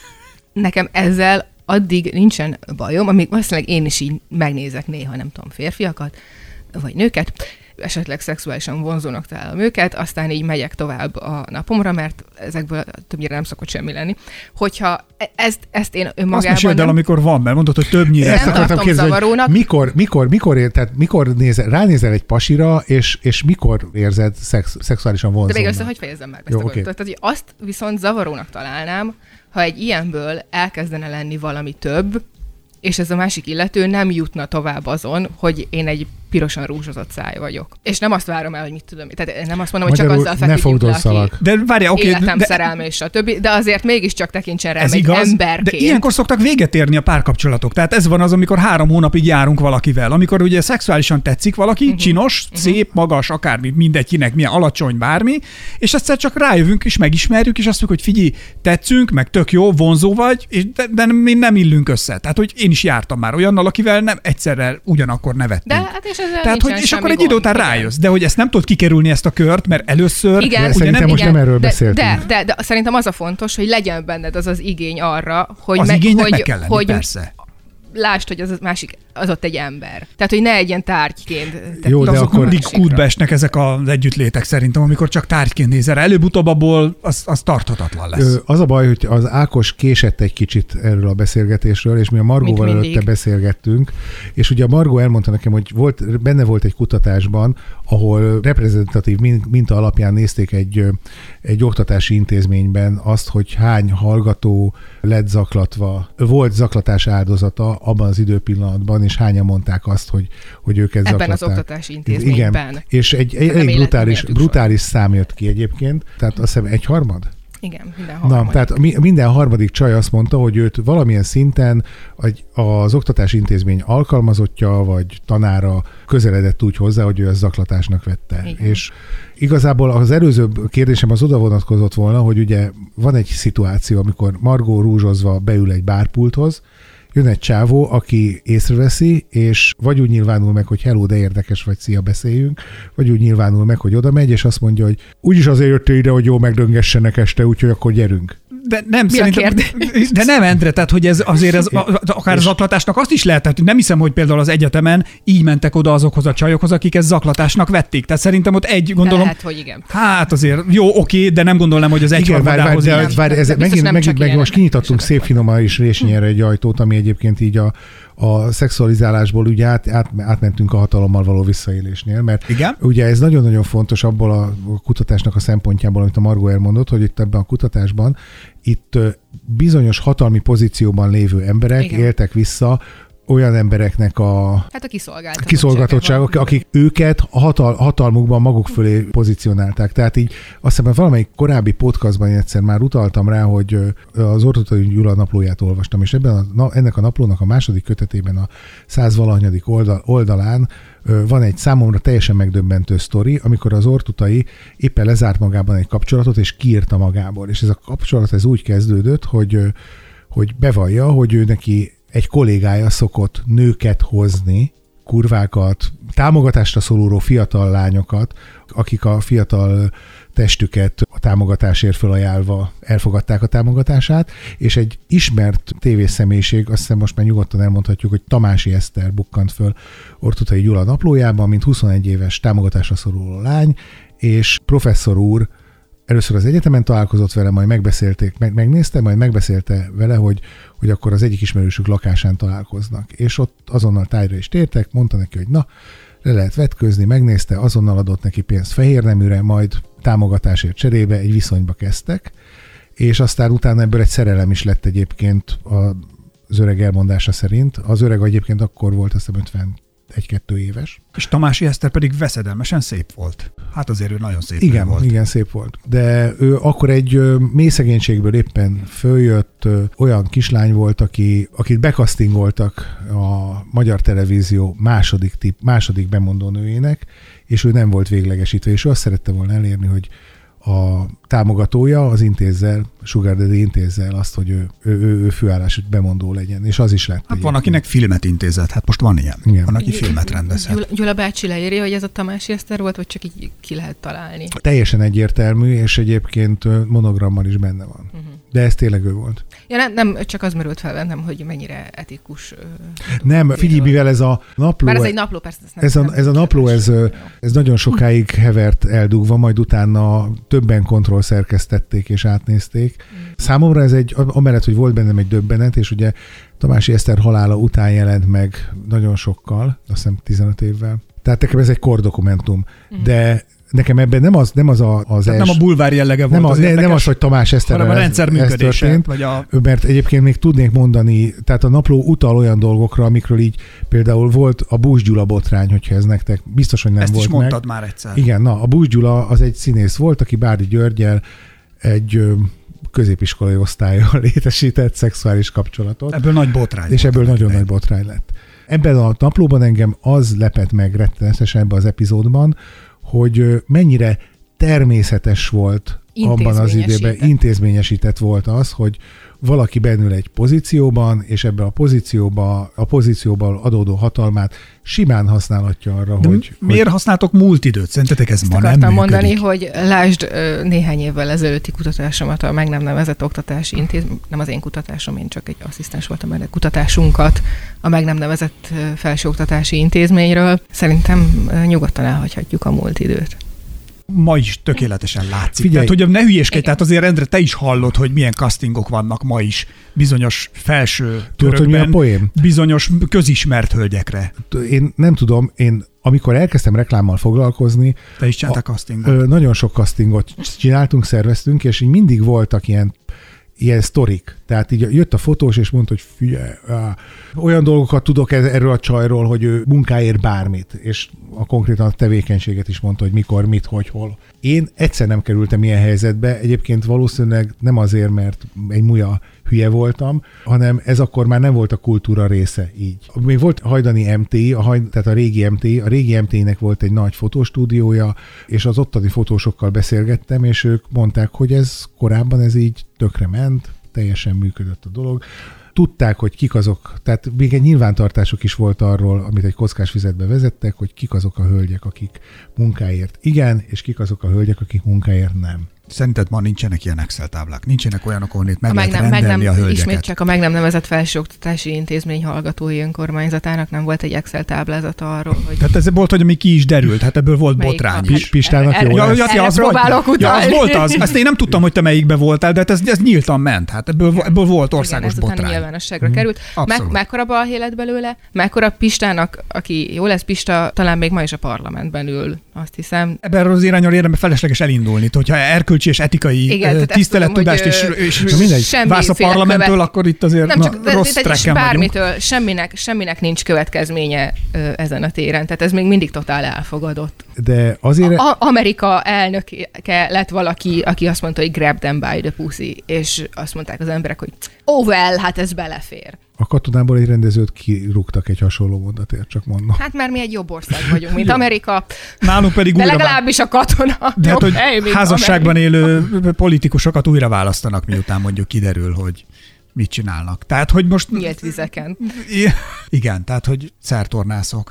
Nekem ezzel addig nincsen bajom, amíg valószínűleg én is így megnézek néha, nem tudom, férfiakat, vagy nőket, esetleg szexuálisan vonzónak találom őket, aztán így megyek tovább a napomra, mert ezekből többnyire nem szokott semmi lenni. Hogyha e- ezt, ezt én Azt önmagában meséld el, nem... amikor van, mert mondod, hogy többnyire. Ezt Nem akartam tartom kérdezni, hogy zavarónak. mikor, mikor, mikor, ér, tehát mikor nézel, ránézel egy pasira, és, és mikor érzed szex, szexuálisan De még vonzónak? össze, hogy fejezzem meg ezt Jó, a oké. gondolatot. Tehát, hogy azt viszont zavarónak találnám, ha egy ilyenből elkezdene lenni valami több, és ez a másik illető nem jutna tovább azon, hogy én egy pirosan rúzsozott száj vagyok. És nem azt várom el, hogy mit tudom. Tehát nem azt mondom, hogy Magyarul csak azzal ne feküdjünk le, fogdosszalak. aki De várjál, oké, életem, de, szerelme és a többi, de azért mégiscsak tekintsen rám ez egy igaz, emberként. de ilyenkor szoktak véget érni a párkapcsolatok. Tehát ez van az, amikor három hónapig járunk valakivel. Amikor ugye szexuálisan tetszik valaki, uh-huh. csinos, uh-huh. szép, magas, akármi, mindegykinek, milyen alacsony, bármi, és egyszer csak rájövünk és megismerjük, és azt mondjuk, hogy figyelj, tetszünk, meg tök jó, vonzó vagy, és de, de mi nem illünk össze. Tehát, hogy én is jártam már olyannal, akivel nem egyszerre ugyanakkor nevettünk. De hát és ezzel Tehát, hogy, és akkor egy idő után rájön. rájössz, de hogy ezt nem tudod kikerülni ezt a kört, mert először Igen, De ugye szerintem nem, most igen, nem erről de, beszéltünk. De, de, de szerintem az a fontos, hogy legyen benned az az igény arra, hogy, az me, igénynek hogy, meg kell lenni, hogy persze. lásd, hogy az a másik, az ott egy ember. Tehát, hogy ne egy ilyen tárgyként. Tehát Jó, De de azok akkor- mindig másikra. kútbe esnek ezek az együttlétek szerintem, amikor csak tárgyként nézel rá. Előbb-utóbb abból az, az tarthatatlan lesz. Ö, Az a baj, hogy az Ákos késett egy kicsit erről a beszélgetésről, és mi a Margóval Mint mindig. előtte beszélgettünk, és ugye a Margó elmondta nekem, hogy volt, benne volt egy kutatásban, ahol reprezentatív min- minta alapján nézték egy, ö, egy oktatási intézményben azt, hogy hány hallgató lett zaklatva, volt zaklatás áldozata abban az időpillanatban, és hányan mondták azt, hogy, hogy őket Ebben zaklatták. az oktatási intézményben. Igen, és egy, egy nem elég élet- brutális, nem értük brutális szám jött ki egyébként, tehát azt hiszem egyharmad? Igen, minden harmadik. Na, tehát minden harmadik csaj azt mondta, hogy őt valamilyen szinten az oktatási intézmény alkalmazottja vagy tanára közeledett úgy hozzá, hogy ő ezt zaklatásnak vette. Igen. És igazából az előző kérdésem az oda vonatkozott volna, hogy ugye van egy szituáció, amikor Margó rúzsozva beül egy bárpulthoz, jön egy csávó, aki észreveszi, és vagy úgy nyilvánul meg, hogy hello, de érdekes vagy, szia, beszéljünk, vagy úgy nyilvánul meg, hogy oda megy, és azt mondja, hogy úgyis azért jöttél ide, hogy jól megdöngessenek este, úgyhogy akkor gyerünk. De nem, Mi szerintem, de nem, Endre, tehát hogy ez azért ez, akár az zaklatásnak azt is lehet, tehát nem hiszem, hogy például az egyetemen így mentek oda azokhoz a csajokhoz, akik ezt zaklatásnak vették. Tehát szerintem ott egy, gondolom... De lehet, hogy igen. Hát azért jó, oké, de nem gondolom, hogy az egyharmadához... Igen, várj, várj, ez megint, megint meg most kinyitottunk szép finoman is résnyire egy ajtót, ami egyébként így a a szexualizálásból ugye át, át, átmentünk a hatalommal való visszaélésnél, mert igen? Ugye ez nagyon-nagyon fontos abból a kutatásnak a szempontjából, amit a Margó elmondott, hogy itt ebben a kutatásban itt bizonyos hatalmi pozícióban lévő emberek igen. éltek vissza olyan embereknek a, hát a kiszolgáltatottságok, kiszolgáltatottságok akik őket a hatal, hatalmukban maguk fölé pozícionálták. Tehát így azt hiszem, valamelyik korábbi podcastban egyszer már utaltam rá, hogy az Ortutay Gyula naplóját olvastam, és ebben a, ennek a naplónak a második kötetében a százvalahanyadik oldal, oldalán van egy számomra teljesen megdöbbentő sztori, amikor az Ortutay éppen lezárt magában egy kapcsolatot, és kiírta magából. És ez a kapcsolat ez úgy kezdődött, hogy, hogy bevallja, hogy ő neki egy kollégája szokott nőket hozni, kurvákat, támogatásra szoruló fiatal lányokat, akik a fiatal testüket a támogatásért felajánlva elfogadták a támogatását, és egy ismert tévészemélység, azt hiszem most már nyugodtan elmondhatjuk, hogy Tamási Eszter bukkant föl Ortutay Gyula naplójában, mint huszonegy éves támogatásra szoruló lány, és professzor úr először az egyetemen találkozott vele, majd megbeszélték, meg, megnézte, majd megbeszélte vele, hogy, hogy akkor az egyik ismerősük lakásán találkoznak. És ott azonnal tájra is tértek, mondta neki, hogy na, le lehet vetközni, megnézte, azonnal adott neki pénzt fehérneműre, majd támogatásért cserébe egy viszonyba kezdtek, és aztán utána ebből egy szerelem is lett egyébként az öreg elmondása szerint. Az öreg egyébként akkor volt, azt hiszem ötven egy-kettő éves. És Tamási Eszter pedig veszedelmesen szép volt. Hát azért ő nagyon szép igen, volt. Igen, szép volt. De ő akkor egy ö, mély szegénységből éppen följött, ö, olyan kislány volt, aki, akit bekasztingoltak a Magyar Televízió második, tip, második bemondó nőjének, és ő nem volt véglegesítve, és ő azt szerette volna elérni, hogy a támogatója az intézzel, Sugar Daddy intézzel azt, hogy ő, ő, ő, ő főállású bemondó legyen, és az is lett. Hát van, akinek filmet intézett, hát most van ilyen. Igen. Van, aki filmet rendezhet. Gyula, Gyula bácsi leírja, hogy ez a Tamási Eszter volt, vagy csak így ki lehet találni? Teljesen egyértelmű, és egyébként monogrammal is benne van. Uh-huh. De ez tényleg ő volt. Ja, nem, nem, csak az merült fel bennem, hogy mennyire etikus. Nem, figyelj, mivel ez a napló... Bár ez egy napló, persze. Ez, nem, ez, a, nem ez a napló, ez, ez nagyon sokáig hevert eldugva, majd utána többen kontrollszerkesztették és átnézték. Mm. Számomra ez egy, amellett, hogy volt bennem egy döbbenet, és ugye Tamási Eszter halála után jelent meg nagyon sokkal, azt hiszem tizenöt évvel. Tehát nekem ez egy kordokumentum. Mm. De nekem ebben nem az, nem az a, az els... nem a bulvár jellege volt nem az, az érdekes, nem az, hogy Tamás Eszterrel hanem a rendszer működése. Vagy a... Mert egyébként még tudnék mondani, tehát a napló utal olyan dolgokra, amikről így például volt a Bús Gyula botrány, hogyha ez nektek biztos, hogy nem Ezt volt is mondtad meg. már egyszer. Igen, na, a Bús Gyula az egy színész volt, aki Bárdi Györggyel egy ö, középiskolai osztállyal létesített szexuális kapcsolatot. Ebből nagy botrány. És ebből nagyon nagy botrány lett. Ebben a naplóban engem az lepett meg rettenetesen ebben az epizódban, hogy mennyire természetes volt abban az időben, intézményesített volt az, hogy valaki bennül egy pozícióban, és ebben a pozícióban, a pozícióban adódó hatalmát simán használhatja arra, de hogy... Miért hogy... használtok múlt időt? Szerintetek ez Ezt ma nem akartam működik? mondani, hogy lásd néhány évvel ezelőtti kutatásomat, a meg nem nevezett oktatási intézmény, nem az én kutatásom, én csak egy asszisztens voltam erre kutatásunkat a meg nem nevezett felsőoktatási intézményről. Szerintem nyugodtan elhagyhatjuk a múlt időt. Ma is tökéletesen látszik. Figyelj. Tehát, hogy ne hülyéskedj, tehát azért Endre, te is hallod, hogy milyen castingok vannak ma is bizonyos felső körökben, bizonyos közismert hölgyekre. Én nem tudom, én amikor elkezdtem reklámmal foglalkozni, te is csináltál castingot? Nagyon sok castingot csináltunk, szerveztünk, és így mindig voltak ilyen ilyen sztorik. Tehát így jött a fotós, és mondta, hogy figyelj, á, olyan dolgokat tudok erről a csajról, hogy ő munkáért bármit, és a konkrétan a tevékenységet is mondta, hogy mikor, mit, hogy, hol. Én egyszer nem kerültem ilyen helyzetbe, egyébként valószínűleg nem azért, mert egy muja hülye voltam, hanem ez akkor már nem volt a kultúra része így. Még volt hajdani em té i, a haj, tehát a régi em té i, a régi em té i-nek volt egy nagy fotostúdiója, és az ottani fotósokkal beszélgettem, és ők mondták, hogy ez korábban ez így tökre ment, teljesen működött a dolog. Tudták, hogy kik azok, tehát még egy nyilvántartásuk is volt arról, amit egy kockás füzetbe vezettek, hogy kik azok a hölgyek, akik munkáért igen, és kik azok a hölgyek, akik munkáért nem. Szerinted ma nincsenek ilyen Excel táblák? Nincsenek olyanok, ahol itt meg, meg lehet nem, rendelni meg nem, a hölgyeket? Ismét csak a meg nem nevezett felsőoktatási intézmény hallgatói önkormányzatának nem volt egy Excel táblázata arról, hogy... Tehát ez volt, hogy ami ki is derült, hát ebből volt Melyik botrány a- is. Pistának erre- jó erre- lesz. erre az próbálok vagy, ja, az utalni. volt az. Ezt én nem tudtam, hogy te melyikbe voltál, de hát ez, ez nyíltan ment. Hát ebből, ebből volt országos igen, botrány. nyilvánosságra került. Abszolút. Meg, mekkora balhé lett belőle? Mekkora Pistának, aki jó lesz Pista, talán még ma is a parlamentben ül, azt hiszem. Ebben az irányról érdemes felesleges elindulni. Hogyha erkölcsi és etikai Igen, tehát ezt tisztelettudást tudom, és, hogy, és, Na mindegy. és vársz a semmiféle parlamenttől, követ- akkor itt azért Nem na, csak de, rossz de, de, trekken vagyunk. bármitől, semminek, semminek nincs következménye ö, ezen a téren. Tehát ez még mindig totál elfogadott. De azért... A, Amerika elnöke lett valaki, aki azt mondta, hogy grab them by the pussy, és azt mondták az emberek, hogy oh well, hát ez belefér. A katonából egy rendezőt kirúgtak egy hasonló mondatért, csak mondom. Hát már mi egy jobb ország vagyunk, mint Amerika, Nálunk pedig de újra legalábbis a katona de hát, jobb hogy hely, mint házasságban Amerika. élő politikusokat újra választanak, miután mondjuk kiderül, hogy mit csinálnak. Tehát, hogy most... Nyílt vizeken. Igen, tehát, hogy szertornászok.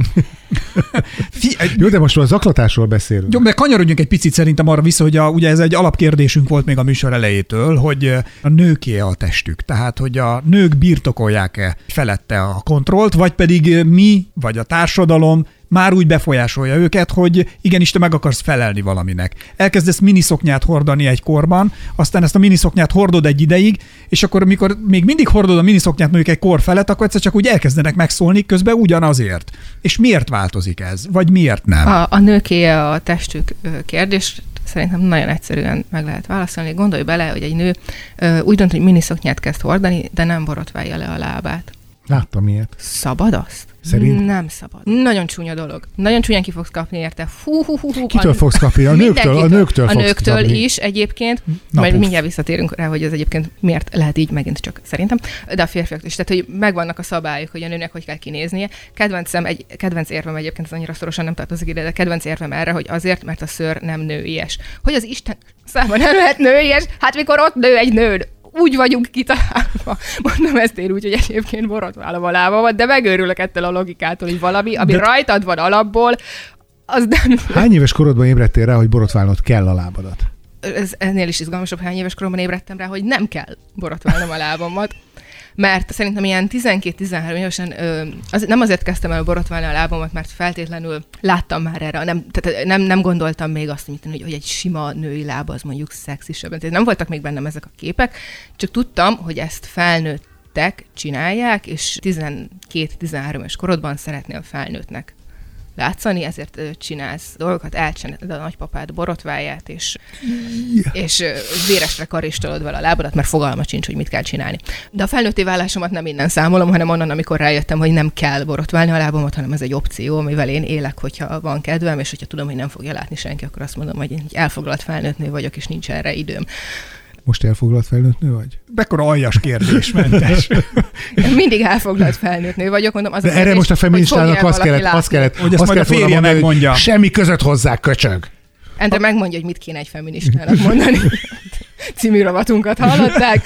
Fi, Jó, de most már a zaklatásról beszélünk. Jó, de kanyarodjunk egy picit szerintem arra vissza, hogy a, ugye ez egy alapkérdésünk volt még a műsor elejétől, hogy a nőké a testük. Tehát, hogy a nők birtokolják-e felette a kontrollt, vagy pedig mi, vagy a társadalom már úgy befolyásolja őket, hogy igenis te meg akarsz felelni valaminek. Elkezdesz miniszoknyát hordani egy korban, aztán ezt a miniszoknyát hordod egy ideig, és akkor, amikor még mindig hordod a miniszoknyát mondjuk egy kor felett, akkor egyszer csak úgy elkezdenek megszólni, közben ugyanazért. És miért változik ez? Vagy miért nem? A, a nőké a testük ö, kérdés szerintem nagyon egyszerűen meg lehet válaszolni. Gondolj bele, hogy egy nő ö, úgy dönt, hogy miniszoknyát kezd hordani, de nem borotválja le a lábát. Láttam ilyet. Szabad azt? Szerint? Nem szabad. Nagyon csúnya dolog. Nagyon csúnyán ki fogsz kapni érte. Fú, hú, hú, hú. Kitől A- fogsz kapni? A nőktől, a nőktől A fogsz nőktől kapni. is egyébként. Na, Majd puf. mindjárt visszatérünk rá, hogy ez egyébként miért lehet így megint csak szerintem. De a férfiak is. Tehát, hogy megvannak a szabályok, hogy a nőnek hogy kell kinéznie. Kedvencem, egy kedvenc érvem egyébként, ez annyira szorosan nem tartozik ide, de kedvenc érvem erre, hogy azért, mert a szőr nem nőies. Hogy az Isten számban nem lehet nőies? Hát mikor ott nő egy nőd. Úgy vagyunk kitalálva. Mondom ezt én úgy, hogy egyébként borotválom a lábamat, de megőrülök ettől a logikától, hogy valami, ami De- rajtad van alapból, az nem... Hány éves korodban ébredtél rá, hogy borotválnod kell a lábadat? Ez ennél is izgalmasabb, hány éves koromban ébredtem rá, hogy nem kell borotválnom a lábamat. Mert szerintem ilyen tizenkét-tizenhárom évesen ö, az, nem azért kezdtem el borotválni a lábamat, mert feltétlenül láttam már erre, nem, tehát nem, nem gondoltam még azt, hogy, hogy egy sima női lába az mondjuk szexisebb. Tehát nem voltak még bennem ezek a képek, csak tudtam, hogy ezt felnőttek csinálják, és tizenkét-tizenhárom éves korodban szeretnél felnőttnek látszani, ezért ö, csinálsz dolgokat, elcsinálod a nagypapád borotváját, és, és ö, véresre karistolod vele a lábadat, mert fogalma sincs, hogy mit kell csinálni. De a felnőtté válásomat nem innen számolom, hanem onnan, amikor rájöttem, hogy nem kell borotválni a lábamat, hanem ez egy opció, amivel én élek, hogyha van kedvem, és hogyha tudom, hogy nem fogja látni senki, akkor azt mondom, hogy én egy elfoglalt felnőtt nő vagyok, és nincs erre időm. Most elfoglalt felnőtt nő vagy? Mekkora aljas kérdés, mentes. Én mindig elfoglalt felnőtt nő vagyok, mondom, az De a erre kérdés, most a hogy feministának fogja azt valaki kellett, látni. azt kellett, Hogy ezt azt majd a kellett volna férje mondani, hogy megmondja. semmi között hozzá, köcsög. Endre megmondja, hogy mit kéne egy feministának mondani. Című rovatunkat hallották.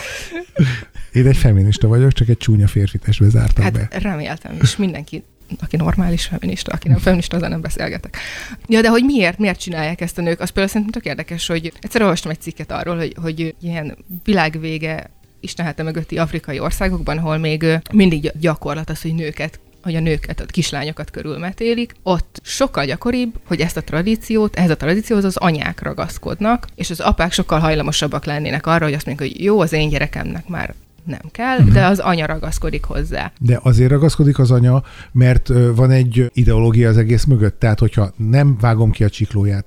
Én egy feminista vagyok, csak egy csúnya férfi testbe zártam Hát be. reméltem, és mindenki, aki normális feminista, aki nem feminista, azzal nem beszélgetek. Ja, de hogy miért, miért csinálják ezt a nők, az például szerintem tök érdekes, hogy egyszer olvastam egy cikket arról, hogy, hogy ilyen világvége istenhete mögötti afrikai országokban, ahol még ö, mindig gyakorlat az, hogy nőket hogy a nőket, a kislányokat körülmetélik, ott sokkal gyakoribb, hogy ezt a tradíciót, ehhez a tradícióhoz az anyák ragaszkodnak, és az apák sokkal hajlamosabbak lennének arra, hogy azt mondják, hogy jó, az én gyerekemnek már nem kell, de az anya ragaszkodik hozzá. De azért ragaszkodik az anya, mert ö, van egy ideológia az egész mögött. Tehát, hogyha nem vágom ki a csiklóját a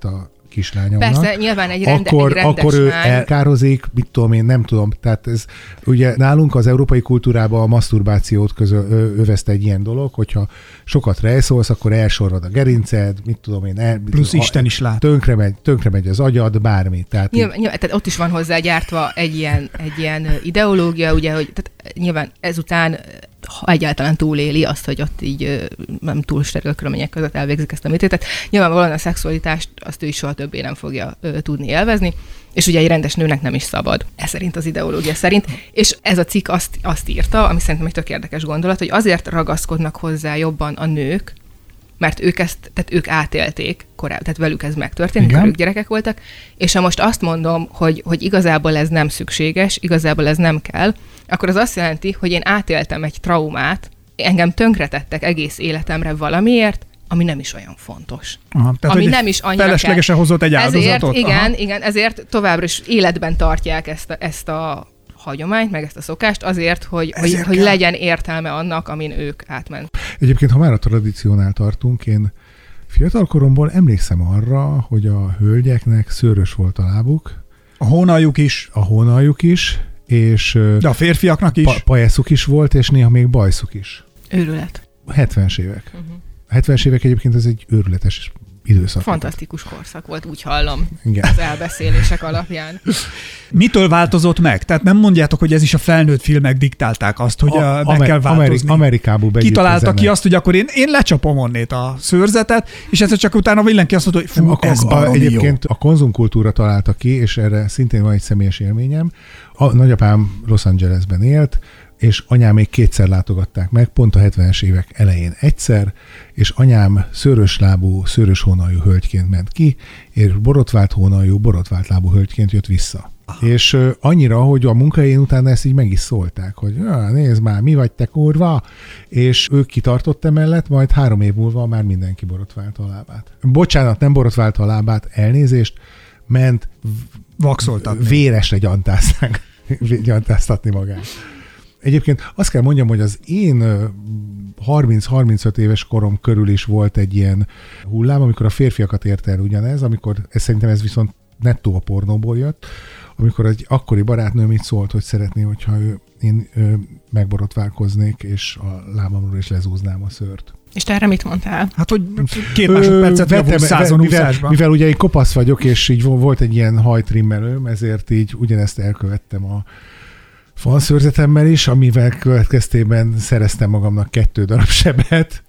kislányomnak. Persze, nyilván egy, rende, akkor, egy rendes akkor ő lány. elkározik, mit tudom én, nem tudom. Tehát ez ugye nálunk az európai kultúrában a maszturbációt közö, ö, övezte egy ilyen dolog, hogyha sokat rejszolsz, akkor elsorvad a gerinced, mit tudom én. El, Plusz a, Isten is lát. Tönkre megy, tönkre megy az agyad, bármi. Tehát, Nyilván, nyilván, tehát ott is van hozzá gyártva egy ilyen, egy ilyen ideológia, ugye, hogy tehát nyilván ezután ha egyáltalán túléli azt, hogy ott így nem túl steril körülmények között elvégzik ezt a műtétet. Nyilvánvalóan a szexualitást azt ő is soha többé nem fogja ö, tudni élvezni, és ugye egy rendes nőnek nem is szabad. Ez szerint az ideológia szerint. És ez a cikk azt, azt írta, ami szerintem egy tök érdekes gondolat, hogy azért ragaszkodnak hozzá jobban a nők, mert ők ezt, tehát ők átélték korábban, tehát velük ez megtörtént, amikor ők gyerekek voltak, és ha most azt mondom, hogy, hogy igazából ez nem szükséges, igazából ez nem kell, akkor az azt jelenti, hogy én átéltem egy traumát, engem tönkretettek egész életemre valamiért, ami nem is olyan fontos. Aha, tehát, ami nem is annyira feleslegesen kell. hozott egy áldozatot? Ezért, igen, Aha. igen, ezért továbbra is életben tartják ezt a, ezt a hagyományt, meg ezt a szokást azért, hogy, hogy, hogy legyen értelme annak, amin ők átment. Egyébként, ha már a tradíciónál tartunk, én fiatal koromból emlékszem arra, hogy a hölgyeknek szőrös volt a lábuk. A hónaljuk is. A hónaljuk is, és de a férfiaknak is. Pa- pajeszuk is volt, és néha még bajszuk is. Őrület. A hetvenes évek. Uh-huh. A hetvenes évek egyébként ez egy őrületes időszak. Fantasztikus korszak volt, úgy hallom. Igen. Az elbeszélések alapján. Mitől változott meg? Tehát nem mondjátok, hogy ez is a felnőtt filmek diktálták azt, hogy a, a, meg Amer- kell változni. Amerik- Amerikából begyűjt Kitalálta ki azt, hogy akkor én, én lecsapom onnét a szőrzetet, és ez csak utána villen ki azt mondta, hogy fú, nem, ez a, a, Egyébként jó. A konzumkultúra találta ki, és erre szintén van egy személyes élményem. A nagyapám Los Angelesben élt, és anyám még kétszer látogatták meg, pont a hetvenes évek elején egyszer, és anyám szőrös lábú, szőrös hónaljú hölgyként ment ki, és borotvált hónaljú, borotvált lábú hölgyként jött vissza. Aha. És uh, annyira, hogy a munkahelyén utána ezt így meg is szólták, hogy nézd már, mi vagy te kurva, és ők kitartott emellett, majd három év múlva már mindenki borotválta a lábát. Bocsánat, nem borotválta a lábát, elnézést, ment vakszoltatni. Véresre gyantázták, gyantáztatni magát. Egyébként azt kell mondjam, hogy az én harminc-harmincöt éves korom körül is volt egy ilyen hullám, amikor a férfiakat érte el ugyanez, amikor ez, szerintem ez viszont nettó a pornóból jött, amikor egy akkori barátnőm így szólt, hogy szeretné, hogyha ő, én ő, megborotválkoznék, és a lábamról is lezúznám a szőrt. És te erre mit mondtál? Hát, hogy két másodpercet javulsz százon mivel, mivel ugye én kopasz vagyok, és így volt egy ilyen hajtrimmelőm, ezért így ugyanezt elkövettem a fanszőrzetemmel is, amivel következtében szereztem magamnak kettő darab sebet.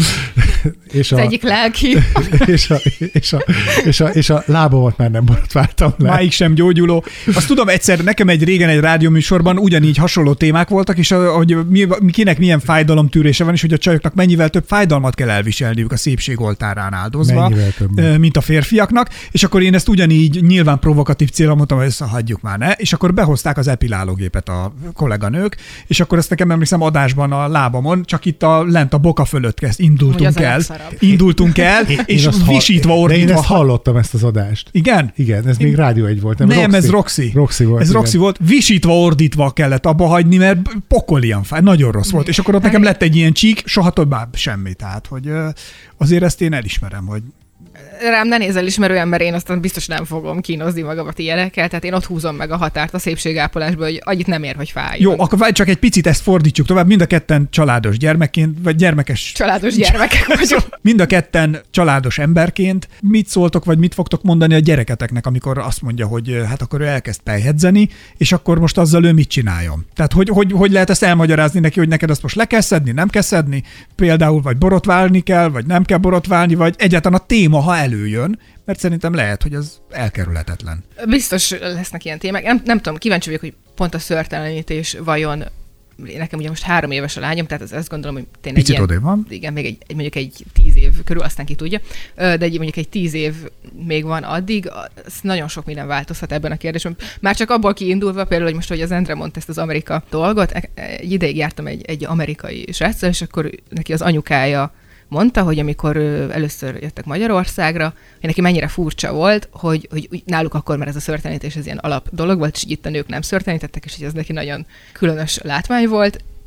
és az a, egyik lelki. és, a, és, a, és, a, és a lábamat már nem borotváltam le. Máig sem gyógyuló. Azt tudom, egyszer nekem egy régen egy rádióműsorban ugyanígy hasonló témák voltak, és a, hogy mi, kinek milyen fájdalomtűrése van, és hogy a csajoknak mennyivel több fájdalmat kell elviselniük a szépség oltárán áldozva, mint a férfiaknak, és akkor én ezt ugyanígy nyilván provokatív célra mondtam, hogy összehagyjuk már, ne? És akkor behozták az epilálógépet a kolléganők, és akkor ezt nekem emlékszem adásban a lábamon, csak itt a lent a boka fölött kezd, indultunk el, indultunk el, én, és én visítva, ordítva. De én ezt hallottam, ezt az adást. Igen? Igen, ez én... még Rádió egy volt. Nem, nem Roxy. ez Roxy. Roxy volt. Ez igen. Roxy volt, visítva, ordítva kellett abba hagyni, mert pokolian fáj, nagyon rossz volt. És akkor ott nekem lett egy ilyen csík, soha tovább semmi. Tehát, hogy azért ezt én elismerem, hogy rám ne nézel ismerő ember, én aztán biztos nem fogom kínozni magamat ilyenekkel, tehát én ott húzom meg a határt a szépségápolásból, hogy annyit nem ér, hogy fájjon. Jó, akkor várj csak egy picit, ezt fordítsuk tovább, mind a ketten családos gyermekként, vagy gyermekes... Családos gyermekek vagyunk. Mind a ketten családos emberként mit szóltok, vagy mit fogtok mondani a gyereketeknek, amikor azt mondja, hogy hát akkor ő elkezd pejhedzeni, és akkor most azzal ő mit csináljon? Tehát hogy, hogy, hogy lehet ezt elmagyarázni neki, hogy neked azt most le kell szedni, nem kell szedni, például vagy borotválni kell, vagy nem kell borotválni, vagy egyáltalán a téma, ha előjön, mert szerintem lehet, hogy az elkerülhetetlen. Biztos lesznek ilyen témák. Nem, nem tudom, kíváncsi vagyok, hogy pont a szőrtelenítés vajon, nekem ugye most három éves a lányom, tehát azt gondolom, hogy tényleg picit ilyen, van. Igen, még egy, mondjuk egy tíz év körül, aztán ki tudja, de egy, mondjuk egy tíz év még van addig, nagyon sok minden változhat ebben a kérdésben. Már csak abból kiindulva, például, hogy most, hogy az Endre mondta ezt az Amerika dolgot, egy ideig jártam egy, egy amerikai sráccal, és akkor neki az anyukája mondta, hogy amikor először jöttek Magyarországra, hogy neki mennyire furcsa volt, hogy, hogy náluk akkor már ez a szőrtelenítés ez ilyen alap dolog volt, és így itt a nők nem szőrtelenítettek, és hogy ez neki nagyon különös látvány volt,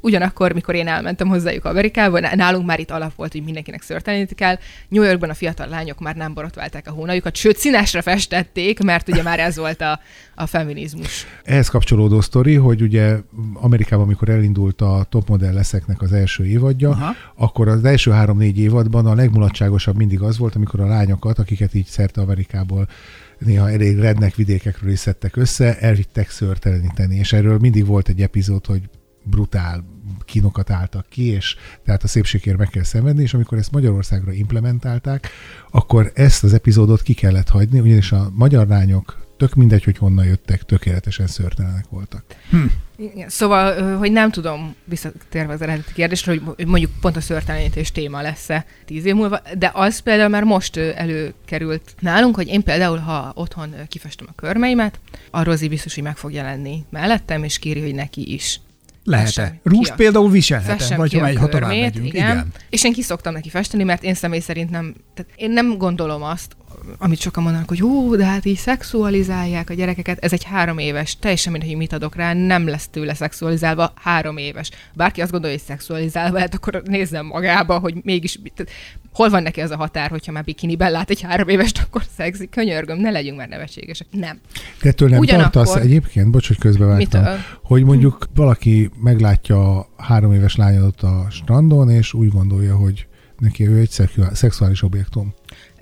Ugyanakkor, mikor én elmentem hozzájuk Amerikába, nálunk már itt alap volt, hogy mindenkinek szőrteleníteni kell. New Yorkban a fiatal lányok már nem borotválták a hónajukat, sőt színesre festették, mert ugye már ez volt a, a feminizmus. Ehhez kapcsolódó sztori, hogy ugye Amerikában, amikor elindult a Top Model leszeknek az első évadja, aha, akkor az első három-négy évadban a legmulatságosabb mindig az volt, amikor a lányokat, akiket így szerte Amerikából néha elég redneck vidékekről is szedtek össze, elvittek szőrteleníteni, és erről mindig volt egy epizód, hogy brutál kínokat álltak ki, és tehát a szépségért meg kell szenvedni, és amikor ezt Magyarországra implementálták, akkor ezt az epizódot ki kellett hagyni, ugyanis a magyar lányok, tök mindegy, hogy honnan jöttek, tökéletesen szőrtelenek voltak. Hm. Igen, szóval, hogy nem tudom, visszatérve az eredeti kérdésre, hogy mondjuk pont a szőrtelenítés téma lesz-e tíz év múlva, de az például már most előkerült nálunk, hogy én például, ha otthon kifestem a körmeimet, a Rozi biztos, hogy meg fog jelenni mellettem, és kéri, hogy neki is. Lehet-e? Rúst például viselhet-e? Vagy ha, ha tovább megyünk. Igen. igen. És én ki szoktam neki festeni, mert én személy szerint nem, tehát én nem gondolom azt, amit sokan mondanak, hogy hú, de hát így szexualizálják a gyerekeket. Ez egy három éves, teljesen mindegy, hogy mit adok rá, nem lesz tőle szexualizálva, három éves. Bárki azt gondolja, hogy szexualizálva, hát akkor nézzem magába, hogy mégis, tehát, hol van neki az a határ, hogyha már bikiniben lát egy három évest, akkor szexi, könyörgöm, ne legyünk már nevetségesek. Nem. De ettől nem Ugyanakkor... tartasz egyébként, bocs, hogy közbevágtam, hogy mondjuk valaki meglátja a három éves lányodat a strandon, és úgy gondolja, hogy neki ő egy szexuális objektum.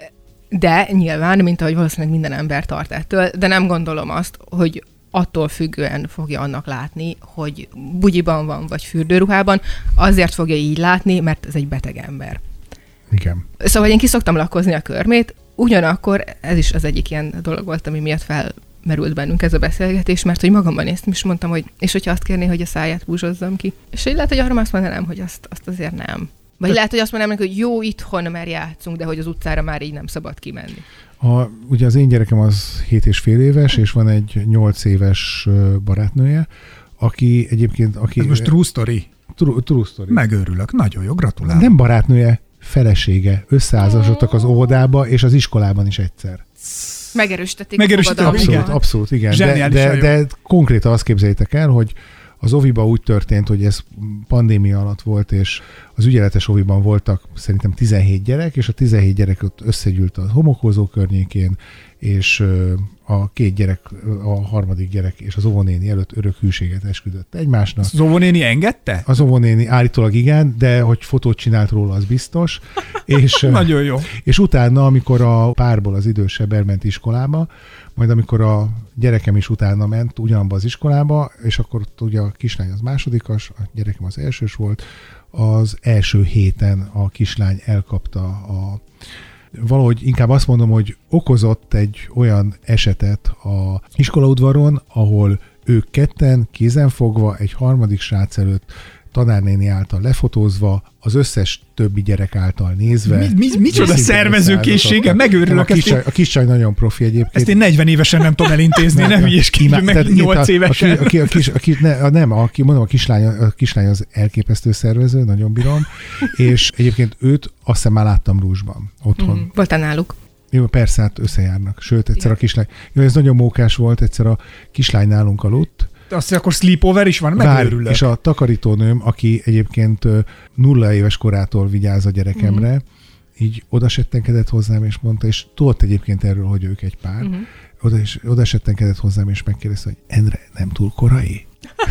De nyilván, mint ahogy valószínűleg minden ember tart ettől, de nem gondolom azt, hogy attól függően fogja annak látni, hogy bugyiban van, vagy fürdőruhában, azért fogja így látni, mert ez egy beteg ember. Igen. Szóval én ki szoktam lakkozni a körmét, ugyanakkor ez is az egyik ilyen dolog volt, ami miatt felmerült bennünk ez a beszélgetés, mert hogy magamban néztem, és mondtam, hogy és hogyha azt kérné, hogy a száját búzsozzam ki. És így lehet, hogy arra azt mondanám, hogy azt, azt azért nem. Vagy Te... lehet, hogy azt mondanám, hogy jó, itthon, mert játszunk, de hogy az utcára már így nem szabad kimenni. A, ugye az én gyerekem az hét és fél éves, és van egy nyolc éves barátnője, aki egyébként... Aki, ez most true story? True, true story. Megőrülök, nagyon jó, gratulálok. Nem barátnője, felesége. Összeházasodtak az óvodába, és az iskolában is egyszer. Megerősítették. Megerősítették. Abszolút, igen. abszolút, igen. De, de, de konkrétan azt képzeljétek el, hogy az oviba úgy történt, hogy ez pandémia alatt volt, és az ügyeletes oviban voltak szerintem tizenhét gyerek, és a tizenhét gyerek ott összegyűlt a homokozó környékén, és a két gyerek, a harmadik gyerek és az óvónéni előtt örök hűséget esküdött egymásnak. Az óvónéni engedte? Az óvónéni állítólag igen, de hogy fotót csinált róla, az biztos. És, nagyon jó. És utána, amikor a párból az idősebb elment iskolába, majd amikor a gyerekem is utána ment ugyanabba az iskolába, és akkor ugye a kislány az másodikas, a gyerekem az elsős volt, az első héten a kislány elkapta a valahogy inkább azt mondom, hogy okozott egy olyan esetet a iskolaudvaron, ahol ők ketten kézenfogva egy harmadik srác előtt tanárnéni által lefotózva, az összes többi gyerek által nézve. Mi, mi, micsoda szervezőkészsége? Megőrülök. A kiscsaj, a kiscsaj nagyon profi egyébként. Ezt én negyven évesen nem tudom elintézni, nem hülyeskedjünk meg nyolc évesen. A, a, a, a, kis, a, kis, ne, a, nem, a, mondom, a kislány, a kislány az elképesztő szervező, nagyon bírom, és egyébként őt azt hiszem már láttam Rúzsban, otthon. Mm, voltál náluk? Jó, persze, hát összejárnak. Sőt, egyszer igen. A kislány, jó, ez nagyon mókás volt, egyszer a kislány nálunk aludt. Azt mondja, akkor sleepover is van, megőrülök. És a takarítónőm, aki egyébként nulla éves korától vigyáz a gyerekemre, uh-huh. így odasettenkedett hozzám, és mondta, és tudott egyébként erről, hogy ők egy pár, uh-huh. oda, és odasettenkedett hozzám, és megkérdezte, hogy Endre, nem túl korai?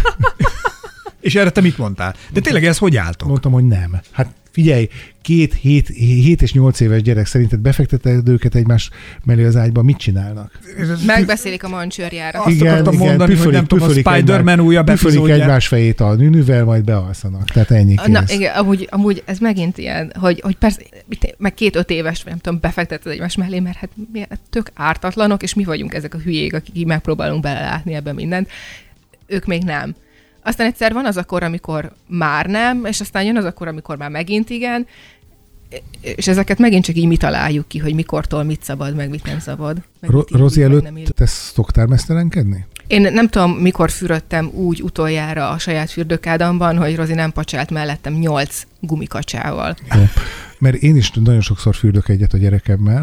És erre te mit mondtál? De tényleg ez hogy álltok? Mondtam, hogy nem. Hát figyelj, két, hét, hét és nyolc éves gyerek, szerinted befekteted őket egymás mellé az ágyba, mit csinálnak? Megbeszélik a mancsőrjára. Azt igen, akartam igen, mondani, püfölik, hogy nem tudom, a Spider-Man újabb epizódját. Püfölik egymás fejét a nünűvel, majd bealszanak. Tehát ennyi kész. Na, igen, amúgy, amúgy ez megint ilyen, hogy, hogy persze, meg két-öt éves, nem tudom, befekteted egymás mellé, mert hát mi tök ártatlanok, és mi vagyunk ezek a hülyék, akik így megpróbálunk belelátni ebben mindent. Ők még nem. Aztán egyszer van az a kor, amikor már nem, és aztán jön az a kor, amikor már megint igen, és ezeket megint csak így mi találjuk ki, hogy mikortól mit szabad, meg mit nem szabad. Ro- Rozi előtt te szoktál mesztelenkedni? Én nem tudom, mikor fürödtem úgy utoljára a saját fürdőkádamban, hogy Rozi nem pacsált mellettem nyolc gumikacsával. Jó. Mert én is nagyon sokszor fürdök egyet a gyerekemmel,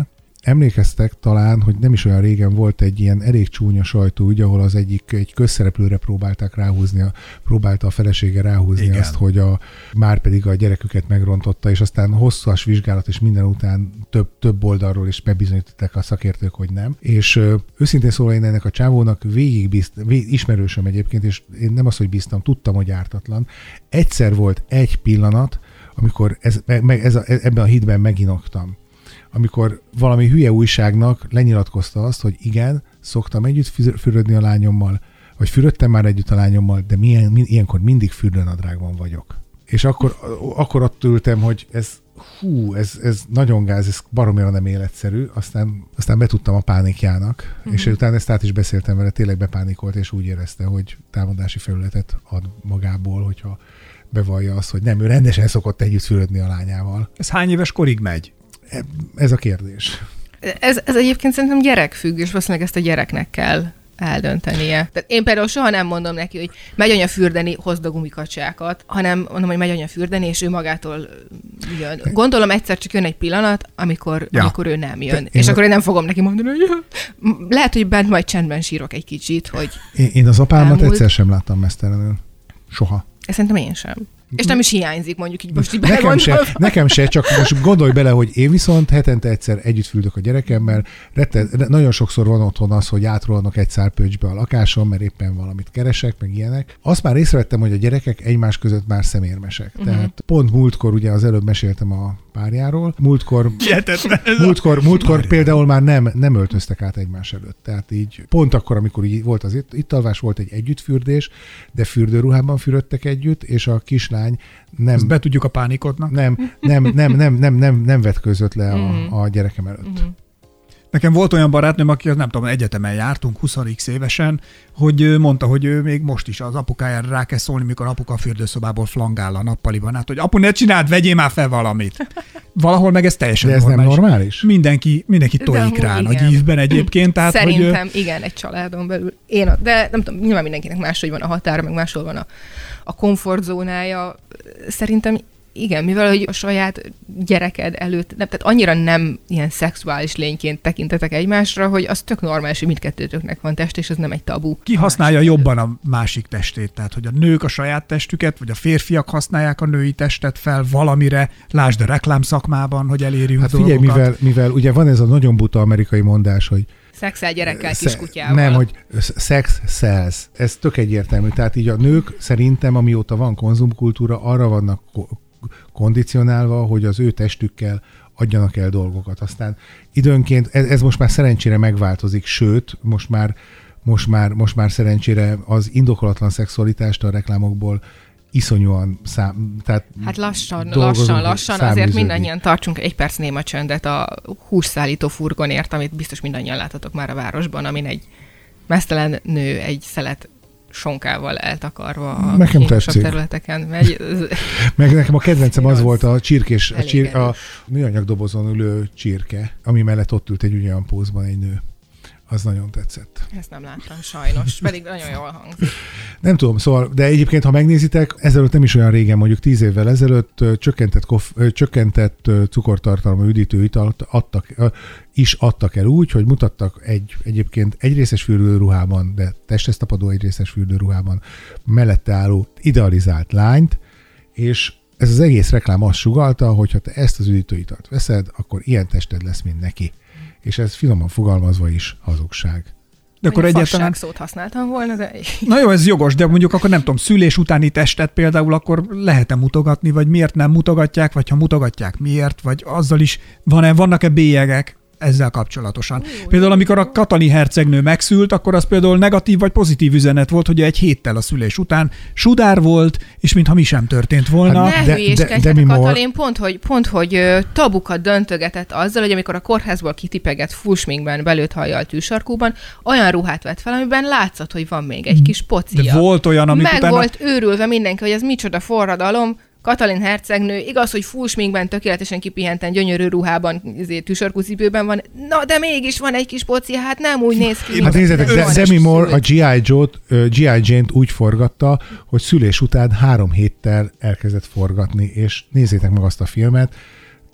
emlékeztek talán, hogy nem is olyan régen volt egy ilyen elég csúnya sajtóügy, ahol az egyik egy közszereplőre próbálták ráhúzni, a, próbálta a felesége ráhúzni Igen. azt, hogy a, már pedig a gyereküket megrontotta, és aztán hosszas vizsgálat és minden után több, több oldalról is bebizonyították a szakértők, hogy nem. És ö, őszintén szóval én ennek a csávónak végig bizt, vég, ismerősöm egyébként, és én nem azt, hogy bíztam, tudtam, hogy ártatlan. Egyszer volt egy pillanat, amikor ez, meg, ez a, ebben a hitben meginoktam. Amikor valami hülye újságnak lenyilatkozta azt, hogy igen, szoktam együtt fürödni a lányommal, vagy fürödtem már együtt a lányommal, de milyen, mi, ilyenkor mindig fürdőnadrágban vagyok. És akkor, akkor ott ültem, hogy ez, hú, ez, ez nagyon gáz, ez baromira nem életszerű, aztán, aztán betudtam a pánikjának, uh-huh. és utána ezt át is beszéltem vele, tényleg bepánikolt, és úgy érezte, hogy támadási felületet ad magából, hogyha bevallja azt, hogy nem, ő rendesen szokott együtt fürödni a lányával. Ez hány éves korig megy? Ez a kérdés. Ez, ez egyébként szerintem gyerekfüggő, és valószínűleg ezt a gyereknek kell eldöntenie. Tehát én például soha nem mondom neki, hogy megy anya fürdeni, hozd a gumikacsákat, hanem mondom, hogy megy anya fürdeni, és ő magától jön. Gondolom egyszer csak jön egy pillanat, amikor, ja. amikor ő nem jön. De és én akkor én nem fogom neki mondani, hogy lehet, hogy bent majd csendben sírok egy kicsit, hogy Én, én az apámat elmúlt. egyszer sem láttam mesztelenül. Soha. Szerintem én sem. És nem is hiányzik, mondjuk így most így nekem se, nekem se, csak most gondolj bele, hogy én viszont hetente egyszer együtt fürdök a gyerekemmel, rettet, nagyon sokszor van otthon az, hogy átrohanok egy szál pöcsbe a lakáson, mert éppen valamit keresek, meg ilyenek. Azt már észrevettem, hogy a gyerekek egymás között már szemérmesek. Uh-huh. Tehát pont múltkor, ugye az előbb meséltem a párjáról, múltkor, múltkor, múltkor például már nem, nem öltöztek át egymás előtt. Tehát így pont akkor, amikor így volt az itt, ittalvás, volt egy együttfürdés, de fürdőruhában fürödtek együtt, és a kislány nem... Ezt be tudjuk a pánikodnak? Nem, nem, nem, nem, nem, nem, nem vetközött le a, a gyerekem előtt. Nekem volt olyan barátnőm, aki, nem tudom, egyetemen jártunk, húsz évesen, hogy mondta, hogy ő még most is az apukájára rá kell szólni, mikor apuka a fürdőszobából flangál a nappaliban. Hát, hogy apu, ne csináld, vegyél már fel valamit. Valahol meg ez teljesen De ez normális. nem normális? Mindenki, mindenki tojik rá nagy ívben egyébként. Tehát, Szerintem hogy, igen, egy családon belül. Én, a, de nem tudom, nyilván mindenkinek máshogy van a határa, meg máshol van a, a komfortzónája. Szerintem igen, mivel hogy a saját gyereked előtt, nem, tehát annyira nem ilyen szexuális lényként tekintetek egymásra, hogy az tök normális, hogy mindkettőtöknek van test, és ez nem egy tabu. Ki használja jobban a másik testét? Tehát, hogy a nők a saját testüket, vagy a férfiak használják a női testet fel valamire, lásd a reklámszakmában, hogy elérjünk hát figyelj, dolgokat. mivel, mivel ugye van ez a nagyon buta amerikai mondás, hogy szexel gyerekkel, kiskutyával. Nem, hogy sex sells. Ez tök egyértelmű. Tehát így a nők szerintem, amióta van konzumkultúra, arra vannak kondicionálva, hogy az ő testükkel adjanak el dolgokat. Aztán időnként ez, ez most már szerencsére megváltozik, sőt, most már, most már, most már szerencsére az indokolatlan szexualitást a reklámokból iszonyúan szám, tehát hát lassan, lassan, lassan, azért mindannyian tartsunk egy perc néma csöndet a hússzállító furgonért, amit biztos mindannyian láthatok már a városban, amin egy mesztelen nő egy szelet sonkával eltakarva a kényesebb területeken megy. Meg nekem a kedvencem az volt a csirkés, a, csir, a műanyag dobozon ülő csirke, ami mellett ott ült egy ugyan pózban egy nő. Az nagyon tetszett. Ezt nem láttam sajnos, pedig nagyon jól hangzik. Nem tudom, szóval, de egyébként, ha megnézitek, ezelőtt nem is olyan régen, mondjuk tíz évvel ezelőtt csökkentett, koff, csökkentett cukortartalmú üdítő italt adtak, is adtak el úgy, hogy mutattak egy egyébként egyrészes fürdőruhában, de testhez tapadó egyrészes fürdőruhában mellette álló idealizált lányt, és ez az egész reklám azt sugallta, hogy ha te ezt az üdítőitalt veszed, akkor ilyen tested lesz, mint neki. És ez finoman fogalmazva is hazugság. De akkor egyáltalán szót használtam volna, de... Na jó, ez jogos, de mondjuk akkor nem tudom, szülés utáni testet például akkor lehet-e mutogatni, vagy miért nem mutogatják, vagy ha mutogatják, miért, vagy azzal is van-e, vannak-e bélyegek ezzel kapcsolatosan. Ó, például amikor a Katalin hercegnő megszült, akkor az például negatív vagy pozitív üzenet volt, hogy egy héttel a szülés után sudár volt, és mintha mi sem történt volna. Hát ne hülyéskedj, de, de, de Katalin pont, hogy, pont, hogy tabukat döntögetett azzal, hogy amikor a kórházból kitipegett fullsminkben, belőtt hajjal, tűsarkúban, olyan ruhát vett fel, amiben látszott, hogy van még egy kis pocia. De volt olyan, amikor meg utána... volt őrülve mindenki, hogy ez micsoda forradalom. Katalin hercegnő, igaz, hogy fullsminkben tökéletesen kipihenten, gyönyörű ruhában, tűsarkúcipőben van, na de mégis van egy kis pocia, hát nem úgy néz ki. Hát nézzetek, de Demi Moore a G I. Joe-t, uh, G I. Jane-t úgy forgatta, hogy szülés után három héttel elkezdett forgatni, és nézzétek meg azt a filmet,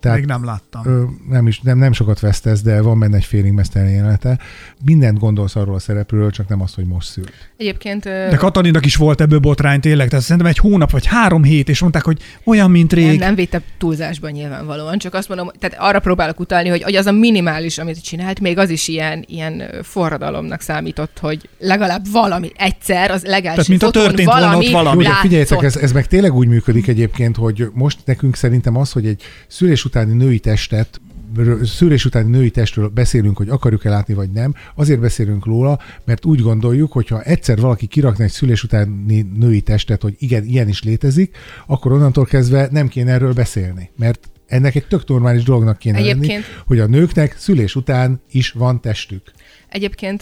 Tehát, még nem láttam. Ö, nem, is, nem, nem sokat vesztesz, de van benne egy félig mesztelen jelenete. Mindent gondolsz arról a szereplőről, csak nem azt, hogy most szült. Egyébként... Ö... De Katalinak is volt ebből botrány tényleg, tehát szerintem egy hónap vagy három hét, és mondták, hogy olyan, mint rég. Nem, nem védte túlzásban nyilvánvalóan, csak azt mondom, tehát arra próbálok utalni, hogy, hogy az a minimális, amit csinált, még az is ilyen, ilyen forradalomnak számított, hogy legalább valami egyszer, az legelső fotón valami, valami. Jó, figyeljetek, ez, ez meg tényleg úgy működik egyébként, hogy most nekünk szerintem az, hogy egy szülés utáni női testet, szülés utáni női testről beszélünk, hogy akarjuk-e látni, vagy nem, azért beszélünk róla, mert úgy gondoljuk, hogy ha egyszer valaki kirakna egy szülés utáni női testet, hogy igen, ilyen is létezik, akkor onnantól kezdve nem kéne erről beszélni, mert ennek egy tök normális dolognak kéne Egyébként... lenni, hogy a nőknek szülés után is van testük. Egyébként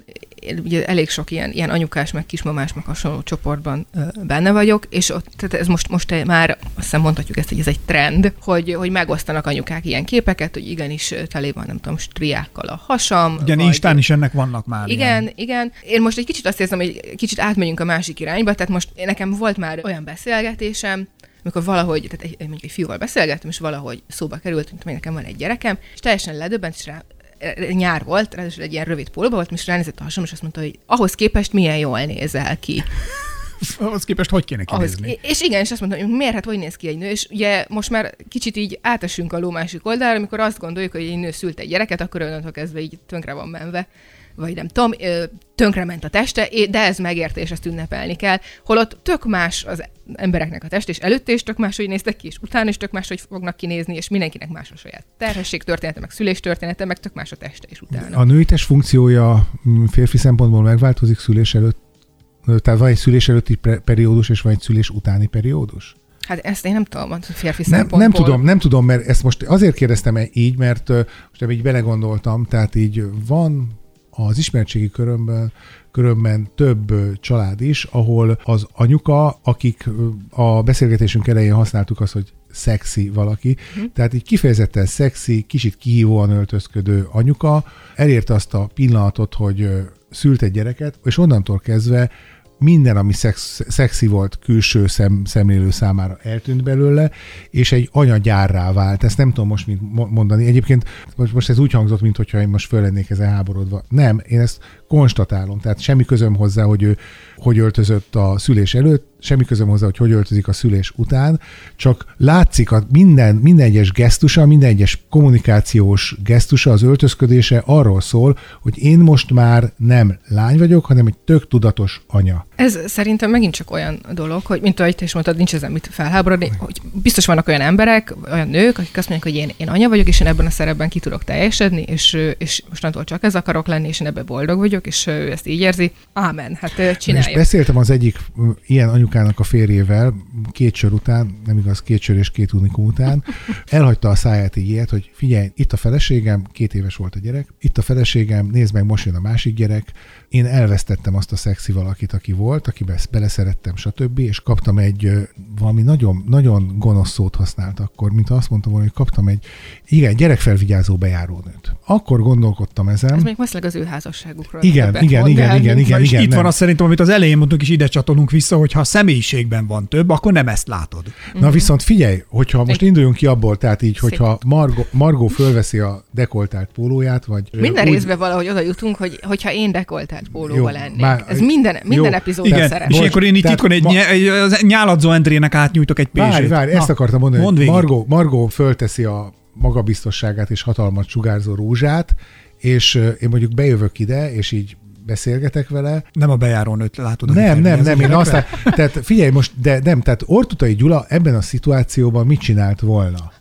én ugye elég sok ilyen, ilyen anyukás, meg kismamás, meg hasonló csoportban benne vagyok, és ott, tehát ez most, most már azt hiszem mondhatjuk ezt, hogy ez egy trend, hogy, hogy megosztanak anyukák ilyen képeket, hogy igenis tele van, nem tudom, striákkal a hasam. Igen, vagy... Instán is ennek vannak már. Igen, ilyen. igen. Én most egy kicsit azt érzem, hogy kicsit átmegyünk a másik irányba, tehát most nekem volt már olyan beszélgetésem, amikor valahogy, tehát egy, mondjuk egy fiúval beszélgettem, és valahogy szóba került, mint nekem van egy gyerekem, és teljesen ledöbbent, és rá, nyár volt, ráadásul egy ilyen rövid pólóba volt, és ránézett a hasam, és azt mondta, hogy ahhoz képest milyen jól nézel ki. Ahhoz képest hogy kéne kinézni? Ahhoz, és igen, és azt mondta, hogy miért, hát hogy néz ki egy nő, és ugye most már kicsit így átesünk a ló másik oldalra, amikor azt gondoljuk, hogy egy nő szült egy gyereket, akkor onnantól kezdve így tönkre van menve, vagy nem tudom, tönkrement a teste, de ez megértés, ezt ünnepelni kell. Holott tök más az embereknek a test, és előtte is tök más, hogy néztek ki, és utána is tök más, hogy fognak kinézni, és mindenkinek más a saját terhesség története, meg szülés története, meg tök más a teste is utána. A női test funkciója férfi szempontból megváltozik szülés előtt? Tehát van egy szülés előtti periódus, és van egy szülés utáni periódus? Hát ezt én nem tudom, hogy férfi nem, szempontból. Nem tudom, nem tudom, mert ezt most azért kérdeztem így, mert most így belegondoltam, tehát így van az ismertségi körömben, körömben több család is, ahol az anyuka, akik a beszélgetésünk elején használtuk azt, hogy szexi valaki, hm. tehát így kifejezetten szexi, kicsit kihívóan öltözködő anyuka elérte azt a pillanatot, hogy szült egy gyereket, és onnantól kezdve minden, ami szex, szexi volt külső szem, szemlélő számára eltűnt belőle, és egy anyagyárrá vált. Ezt nem tudom most mit mondani. Egyébként most, most ez úgy hangzott, mintha én most föl lennék ezen háborodva. Nem, én ezt konstatálom. Tehát semmi közöm hozzá, hogy ő hogy öltözött a szülés előtt, semmi közöm hozzá, hogy hogy öltözik a szülés után, csak látszik a minden, minden egyes gesztusa, minden egyes kommunikációs gesztusa, az öltözködése arról szól, hogy én most már nem lány vagyok, hanem egy tök tudatos anya. Ez szerintem megint csak olyan dolog, hogy mint ahogy te is mondtad, nincs ezen mit felháborodni, hogy biztos vannak olyan emberek, olyan nők, akik azt mondják, hogy én, én anya vagyok, és én ebben a szerepben ki tudok teljesedni, és, és mostantól csak ez akarok lenni, és én ebben boldog vagyok, és ő ezt így érzi. Ámen, hát csinálja. És beszéltem az egyik ilyen anyukának a férjével két sör után, nem igaz, két sör és két unikum után, elhagyta a száját így ilyet, hogy figyelj, itt a feleségem, két éves volt a gyerek, itt a feleségem, nézd meg, most jön a másik gyerek, én elvesztettem azt a szexi valakit, aki volt, akiben beleszerettem, stb., és kaptam egy valami nagyon, nagyon gonosz szót használt akkor, mint azt mondtam volna, hogy kaptam egy, igen, gyerekfelvigyázó bejárónőt. Akkor gondolkodtam ezen. Ez még meszleg az ő házasságukról. Igen, igen, igen, igen, igen, igen, igen. Itt van az szerintem, amit az elején mondtuk, és ide csatolunk vissza, hogy ha a személyiségben van több, akkor nem ezt látod. Na mm-hmm. viszont figyelj, hogyha most induljunk ki abból, tehát így, hogyha Margo, Margo fölveszi a dekoltált pólóját, vagy... Minden úgy... részben valahogy oda jutunk, hogy, hogyha én dekoltált pólóba jó, lennék. Már, ez minden, minden epizódban szerepel. És akkor én itt titkon egy, ma... egy nyáladzó Endrének átnyújtok egy pézsét. Várj, várj, ezt akartam mondani, hogy Margo, Margo fölteszi a magabiztosságát és hatalmat sugárzó rózsát, és én mondjuk bejövök ide, és így beszélgetek vele. Nem a bejárónőt látod. Nem, nem, nem, én azt tehát figyelj most, de nem, tehát Ortutai Gyula ebben a szituációban mit csinált volna?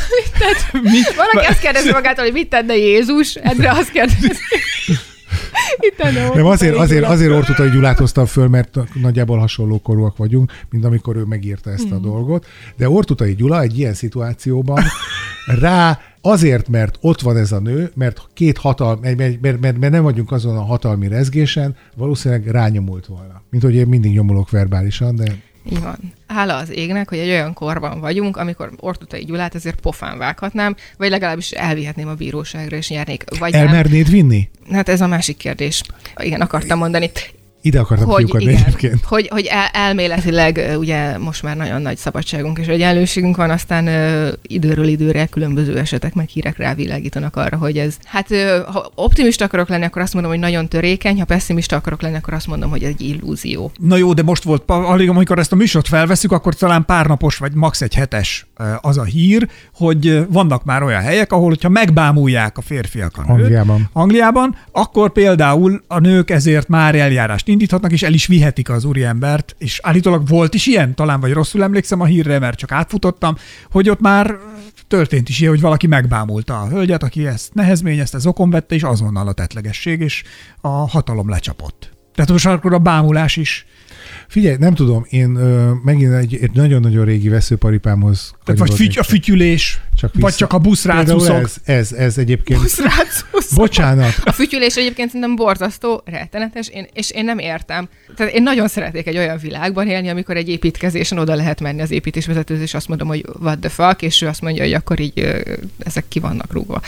mit? mit? Valaki azt kérdezi magától, hogy mit tenne Jézus, Endre azt kérdezi. Nem, azért, azért, azért Ortutai Gyulát hoztam föl, mert nagyjából hasonló korúak vagyunk, mint amikor ő megírta ezt a mm. dolgot. De Ortutai Gyula egy ilyen szituációban rá azért, mert ott van ez a nő, mert két hatal, mert, mert, mert, mert nem vagyunk azon a hatalmi rezgésen, valószínűleg rányomult volna. Mint hogy én mindig nyomulok verbálisan, de... Így van. Hála az égnek, hogy egy olyan korban vagyunk, amikor Ortutai Gyulát azért pofán vághatnám, vagy legalábbis elvihetném a bíróságra, és nyernék. Vagy elmernéd vinni? Hát ez a másik kérdés. Igen, akartam mondani. Ide akartam hogy, kiukadni igen, egyébként. Hogy, hogy el, elméletileg ugye most már nagyon nagy szabadságunk és egyenlőségünk van, aztán ö, időről időre különböző esetek meg hírek rávilágítanak arra, hogy ez, hát ö, ha optimista akarok lenni, akkor azt mondom, hogy nagyon törékeny, ha pessimista akarok lenni, akkor azt mondom, hogy ez egy illúzió. Na jó, de most volt, alig amikor ezt a műsort felveszük, akkor talán pár napos, vagy max. Egy hetes az a hír, hogy vannak már olyan helyek, ahol, hogyha megbámulják a férfiak a nőt, Angliában. Angliában, akkor például a nők ezért már eljárást indíthatnak, és el is vihetik az úriembert, és állítólag volt is ilyen, talán vagy rosszul emlékszem a hírre, mert csak átfutottam, hogy ott már történt is ilyen, hogy valaki megbámulta a hölgyet, aki ezt nehezményezte, zokon vette, és azonnal a tettlegesség, és a hatalom lecsapott. Tehát most akkor a bámulás is. Figyelj, nem tudom, én ö, megint egy, egy nagyon-nagyon régi veszőparipámhoz. Tehát vagy füty, a fütyülés, csak vagy csak a buszrácuszok. Ez, ez, ez egyébként... Buszrácuszok. Bocsánat. A fütyülés egyébként szerintem borzasztó, rettenetes, én, és én nem értem. Tehát én nagyon szeretnék egy olyan világban élni, amikor egy építkezésen oda lehet menni az építésvezetőhöz, és azt mondom, hogy what the fuck, és ő azt mondja, hogy akkor így ö, ezek ki vannak rúgva.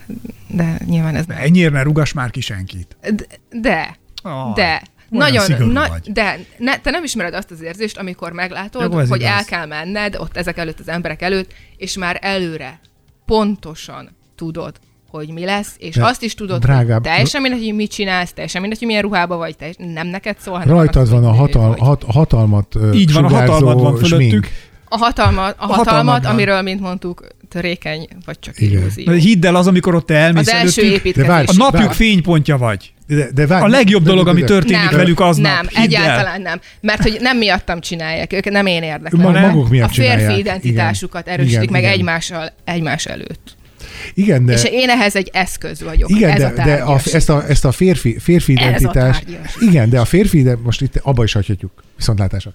De nyilván ez nem. Ennyire ne rugass már ki senkit. De, de, Oh, de. Nagyon na, vagy. de ne, te nem ismered azt az érzést, amikor meglátod, Jó, hogy igaz. el kell menned ott ezek előtt az emberek előtt, és már előre pontosan tudod, hogy mi lesz, és de azt is tudod, drágább, hogy teljesen mindegy, hogy mit csinálsz, teljesen mindegy, hogy milyen ruhába vagy, teljesen, nem neked szól, hanem Rajtad van a hogy hatal, vagy. hat, hatalmat Így van, a hatalmat van fölöttük. smink. A hatalmat, a hatalmat, hatalmat van. amiről, mint mondtuk, törékeny, vagy csak Igen. illúzió. Na, hidd el, az, amikor ott te elmész Az első előttük, építkezés. várj, a napjuk Várj. fénypontja vagy. De, de várj, A legjobb de, dolog, de, ami de, történik Nem, velük aznap. Nem, Hidd el. egyáltalán nem. Mert hogy nem miattam csinálják, ők nem én Ma- érdeklem. maguk miatt A férfi csinálják. identitásukat Igen. erősítik Igen, meg igen. egymással, egymás előtt. Igen, de... És én ehhez egy eszköz vagyok. Igen, ez de, a de a, tárgyas. ezt, a, ezt a férfi, férfi Ez a identitást... tárgyas. Igen, de a férfi, de most itt abba is hagyhatjuk, viszontlátásra.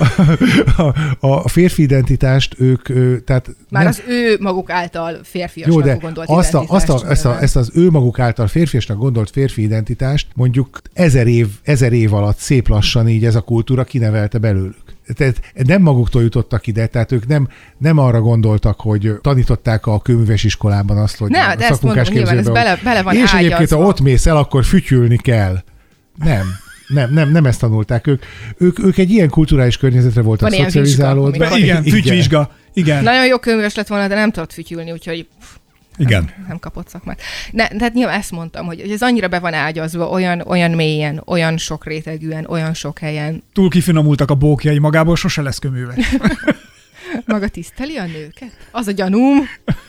A, a, a férfi identitást ők, ő, tehát... Már nem, az ő maguk által jó, férfiasnak de gondolt azt, a, azt, a, identitást ezt, a, nyilván. ezt az ő maguk által férfiasnak gondolt férfi identitást mondjuk ezer év, ezer év alatt szép lassan így ez a kultúra kinevelte belőlük. Tehát nem maguktól jutottak ide, tehát ők nem, nem arra gondoltak, hogy tanították a kőműves iskolában azt, hogy Ne, a de ezt mondom, szakmunkás nyilván ez képzőben, bele, bele van és egyébként, ha ágyazva. ott mész el, akkor fütyülni kell. Nem. Nem, nem, nem ezt tanulták. Ők, ők, ők egy ilyen kulturális környezetre voltak Van ilyen szocializálódva. vizsga, Be, igen, fütyvizsga. Igen. Nagyon jó könyves lett volna, de nem tudott fütyülni, úgyhogy pff, Igen. Nem, nem kapott szakmát. Ne, tehát nyilván ezt mondtam, hogy, hogy ez annyira be van ágyazva, olyan, olyan mélyen, olyan sok rétegűen, olyan sok helyen. Túl kifinomultak a bókjai, magából sose lesz köműves. Maga tiszteli a nőket? Az a gyanúm.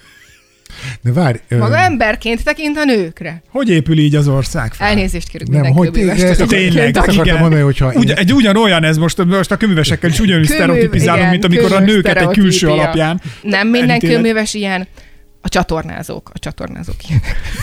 De várj. Maga ö, emberként tekint a nőkre. Hogy épül így az ország fel? Elnézést kérünk Nem, minden hogy kőművestől. ezt akar- Tényleg, ezt akartam igen. mondani, hogyha Ugy, én- egy ugyanolyan ez most, most a köművesekkel is ugyanúgy Kőmű- sztereotipizálunk, igen, mint amikor a kőműves nőket egy külső sztereotípia. alapján. Nem minden elítéled. kőműves ilyen. A csatornázók. A csatornázók ilyen.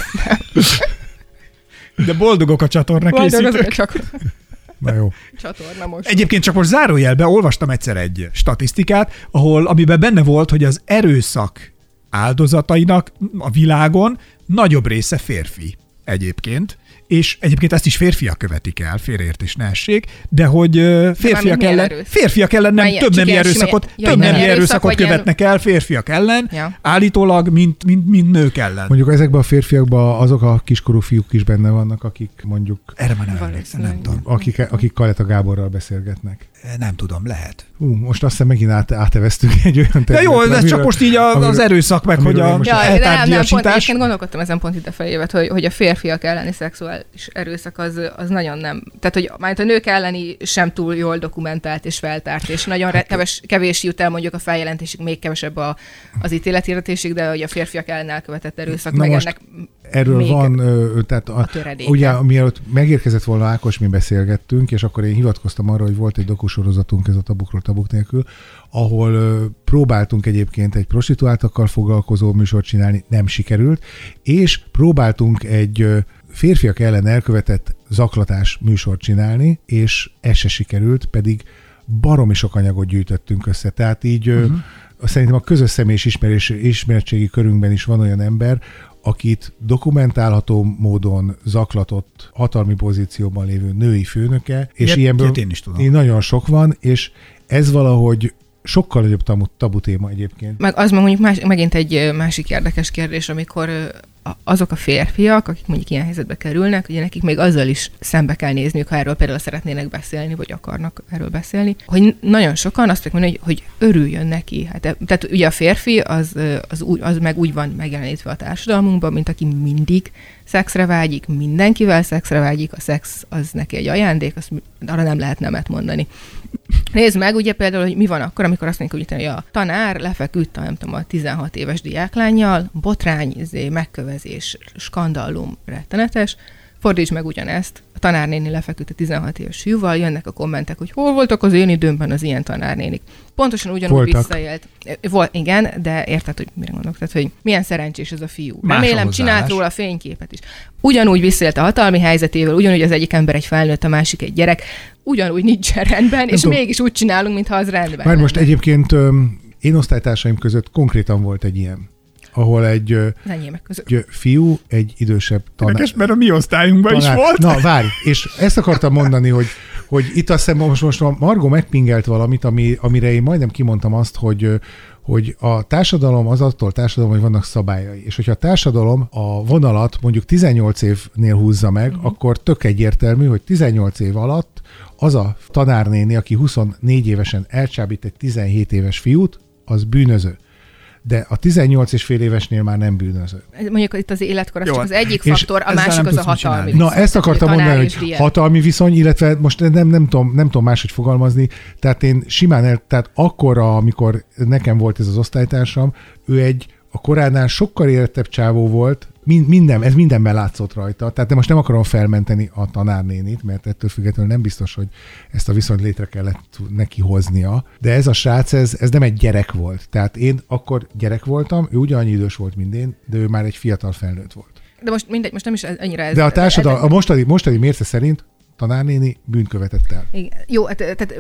De boldogok a csatorna Boldog azok készítők. csak Na jó. csatorna most. Egyébként csak most zárójelbe olvastam egyszer egy statisztikát, ahol, amiben benne volt, hogy az erőszak áldozatainak a világon nagyobb része férfi egyébként, és egyébként ezt is férfiak követik el, félreértés ne essék, de hogy ö, férfiak milyen ellen, erőszak? férfiak ellen nem Milyen- több csak nemi ilyen sima- erőszakot, ja, több nemi nemi erőszak, erőszakot vagy ilyen- követnek el férfiak ellen, Ja. állítólag, mint, mint, mint nők ellen. Mondjuk ezekben a férfiakban azok a kiskorú fiúk is benne vannak, akik mondjuk, Erre már nem emlékszem, nem Valószínűleg. tudom. akik, akik Kaleta Gáborral beszélgetnek. Nem tudom, lehet. Hú, most azt hiszem megint át, áteveztünk egy olyan De területre. jó, ez amiről- csak most így a, amiről- az erőszak meg, hogy amiről a én most- Ja, de nem, nem, pont eltárgyasítás. egyébként gondolkodtam ezen pont itt a fejévet, hogy, hogy a férfiak elleni szexuális erőszak az, az nagyon nem. Tehát, hogy majd a nők elleni sem túl jól dokumentált és feltárt, és nagyon re- keves, kevés jut el mondjuk a feljelentésig, még kevesebb a, az ítélethirdetésig, de hogy a férfiak ellen elkövetett erőszak, Na meg most ennek Erről még van, ö, tehát a, a töredéke. ugye mielőtt megérkezett volna Ákos, mi beszélgettünk, és akkor én hivatkoztam arra, hogy volt egy dokusorozatunk, ez a Tabukról tabuk nélkül, ahol ö, próbáltunk egyébként egy prostituáltakkal foglalkozó műsort csinálni, nem sikerült, és próbáltunk egy ö, férfiak ellen elkövetett zaklatás műsort csinálni, és ez se sikerült, pedig baromi sok anyagot gyűjtöttünk össze. Tehát így uh-huh. szerintem a közös személyes ismerés, ismeretségi körünkben is van olyan ember, akit dokumentálható módon zaklatott hatalmi pozícióban lévő női főnöke, és Ilyet- ilyenből ilyet én is tudom. így nagyon sok van, és ez valahogy sokkal nagyobb tabu, tabu téma egyébként. Meg az meg mondjuk más, megint egy ö, másik érdekes kérdés, amikor ö, azok a férfiak, akik mondjuk ilyen helyzetbe kerülnek, ugye nekik még azzal is szembe kell nézniük, ha erről például szeretnének beszélni, vagy akarnak erről beszélni, hogy nagyon sokan azt mondják, hogy, hogy örüljön neki. Hát, tehát ugye a férfi az, az, úgy, az meg úgy van megjelenítve a társadalmunkban, mint aki mindig szexre vágyik, mindenkivel szexre vágyik, a szex az neki egy ajándék, azt, arra nem lehet nemet mondani. Nézd meg, ugye például, hogy mi van akkor, amikor azt mondjuk, hogy a tanár lefeküdt a, nem tudom, a tizenhat éves diáklánnyal, botrány, megkövezés, skandallum, rettenetes, fordíts meg ugyanezt, a tanárnéni lefeküdt a tizenhat éves fiúval, jönnek a kommentek, hogy hol voltak az én időmben az ilyen tanárnénik. Pontosan ugyanúgy voltak. Visszaélt. Volt, igen, de érted, hogy mire gondolok? Tehát, hogy milyen szerencsés ez a fiú. Remélem, csinált róla fényképet is. Ugyanúgy visszaélt a hatalmi helyzetével, ugyanúgy az egyik ember egy felnőtt, a másik egy gyerek, ugyanúgy nincsen rendben, nem és tudom. Mégis úgy csinálunk, mintha az rendben. Már most egyébként én osztálytársaim között konkrétan volt egy ilyen, ahol egy, egy fiú, egy idősebb tanár. Érdekes, mert a mi osztályunkban tanár. Is volt. Na, várj, és ezt akartam mondani, hogy, hogy itt azt hiszem most, most a Margó megpingelt valamit, ami, amire én majdnem kimondtam azt, hogy, hogy a társadalom az attól társadalom, hogy vannak szabályai. És hogyha a társadalom a vonalat mondjuk tizennyolc évnél húzza meg, uh-huh. akkor tök egyértelmű, hogy tizennyolc év alatt az a tanárnéni, aki huszonnégy évesen elcsábít egy tizenhét éves fiút, az bűnöző. De a tizennyolc és fél évesnél már nem bűnöző. Mondjuk itt az életkor az csak az egyik faktor, a másik az a hatalmi viszony. Na, ezt akartam mondani, hogy ilyen. Hatalmi viszony, illetve most nem, nem, tudom, nem tudom máshogy fogalmazni, tehát én simán, el, tehát akkor, amikor nekem volt ez az osztálytársam, ő egy a koránál sokkal érettebb csávó volt, minden, ez mindenben látszott rajta. Tehát de most nem akarom felmenteni a tanárnénit, mert ettől függetlenül nem biztos, hogy ezt a viszonyt létre kellett neki hoznia. De ez a srác, ez, ez nem egy gyerek volt. Tehát én akkor gyerek voltam, ő ugyanannyi idős volt, mint én, de ő már egy fiatal felnőtt volt. De most mindegy, most nem is ennyire ez. De a társadalom, a mostani, mostani mérce szerint tanárnéni bűnt követett el. Igen. Jó, tehát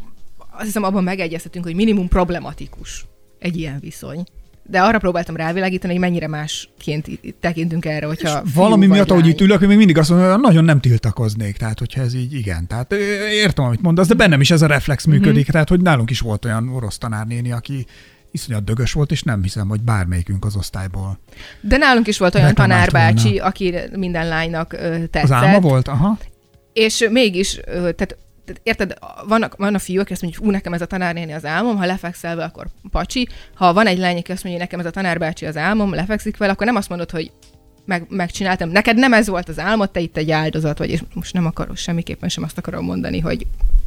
azt hiszem abban megegyeztetünk, hogy minimum problematikus egy ilyen viszony. De arra próbáltam rávilágítani, hogy mennyire másként tekintünk erre, hogyha valami miatt, ahogy itt ülök, még mindig azt mondom, hogy nagyon nem tiltakoznék, tehát hogyha ez így igen. Tehát értem, amit mondasz, de bennem is ez a reflex működik, mm-hmm. tehát hogy nálunk is volt olyan orosz tanárnéni, aki iszonyat dögös volt, és nem hiszem, hogy bármelyikünk az osztályból. De nálunk is volt olyan tanárbácsi, aki minden lánynak ö, tetszett. Az álma volt? Aha. És mégis, ö, tehát érted, vannak, van a fiú, aki azt mondja, hogy ú, nekem ez a tanárnéni az álmom, ha lefekszel vele, akkor pacsi. Ha van egy lány, aki azt mondja, hogy nekem ez a tanárbácsi az álmom, lefekszik vele, akkor nem azt mondod, hogy meg, megcsináltam. Neked nem ez volt az álmod, te itt egy áldozat vagy, és most nem akarok, semmiképpen sem azt akarom mondani, hogy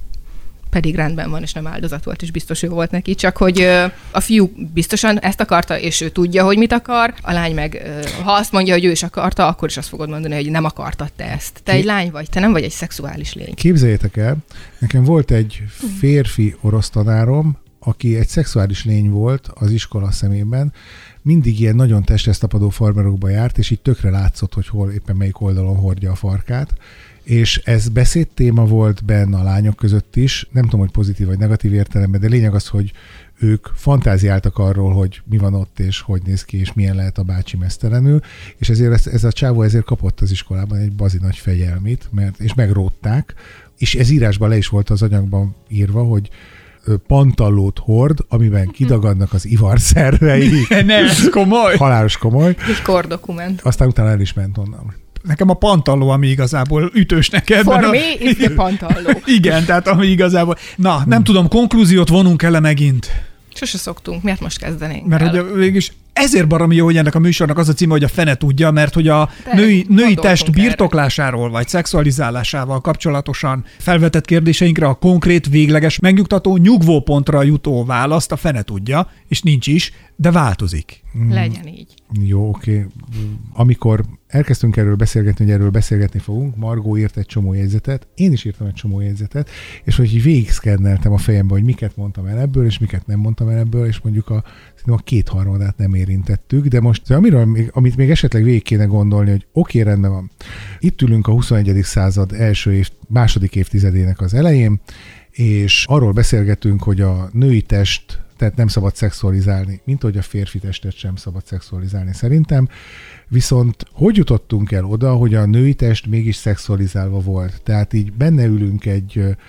pedig rendben van, és nem áldozat volt, és biztos jó volt neki, csak hogy a fiú biztosan ezt akarta, és ő tudja, hogy mit akar, a lány meg, ha azt mondja, hogy ő is akarta, akkor is azt fogod mondani, hogy nem akartad te ezt. Te Ki... egy lány vagy, te nem vagy egy szexuális lény. Képzeljétek el, nekem volt egy férfi orosz tanárom, aki egy szexuális lény volt az iskola szemében, mindig ilyen nagyon testre tapadó farmerokba járt, és így tökre látszott, hogy hol éppen melyik oldalon hordja a farkát, és ez beszédtéma volt benne a lányok között is, nem tudom, hogy pozitív vagy negatív értelemben, de lényeg az, hogy ők fantáziáltak arról, hogy mi van ott, és hogy néz ki, és milyen lehet a bácsi mesztelenül, és ezért ez, ez a csávó ezért kapott az iskolában egy bazi nagy fegyelmit, mert, és megrótták, és ez írásban le is volt az anyagban írva, hogy pantallót hord, amiben kidagadnak az ivarszervei. Ne, ez komoly. Halálos komoly. Egy kordokument. Aztán utána el is ment onnan. Nekem a pantalló, ami igazából ütős neked. For me, it's a pantalló. Igen, tehát ami igazából... Na, nem hmm. tudom, konklúziót vonunk el megint. Sose szoktunk, miért most kezdenénk Mert el? hogy végülis ezért baromi jó, hogy ennek a műsornak az a címe, hogy a fene tudja, mert hogy a De női, női test birtoklásáról vagy szexualizálásával kapcsolatosan felvetett kérdéseinkre a konkrét, végleges, megnyugtató, nyugvópontra jutó választ a fene tudja, és nincs is, de változik. Legyen így. Jó, oké. Amikor elkezdtünk erről beszélgetni, hogy erről beszélgetni fogunk, Margó írt egy csomó jegyzetet, én is írtam egy csomó jegyzetet, és hogy végigszkenneltem a fejembe, hogy miket mondtam el ebből, és miket nem mondtam el ebből, és mondjuk a, a kétharmadát nem érintettük, de most amiről, amit még esetleg végig kéne gondolni, hogy oké, okay, rendben van. Itt ülünk a huszonegyedik század első év, második évtizedének az elején, és arról beszélgetünk, hogy a női test, tehát nem szabad szexualizálni, mint hogy a férfi testet sem szabad szexualizálni szerintem. Viszont hogy jutottunk el oda, hogy a női test mégis szexualizálva volt? Tehát így benne ülünk egy,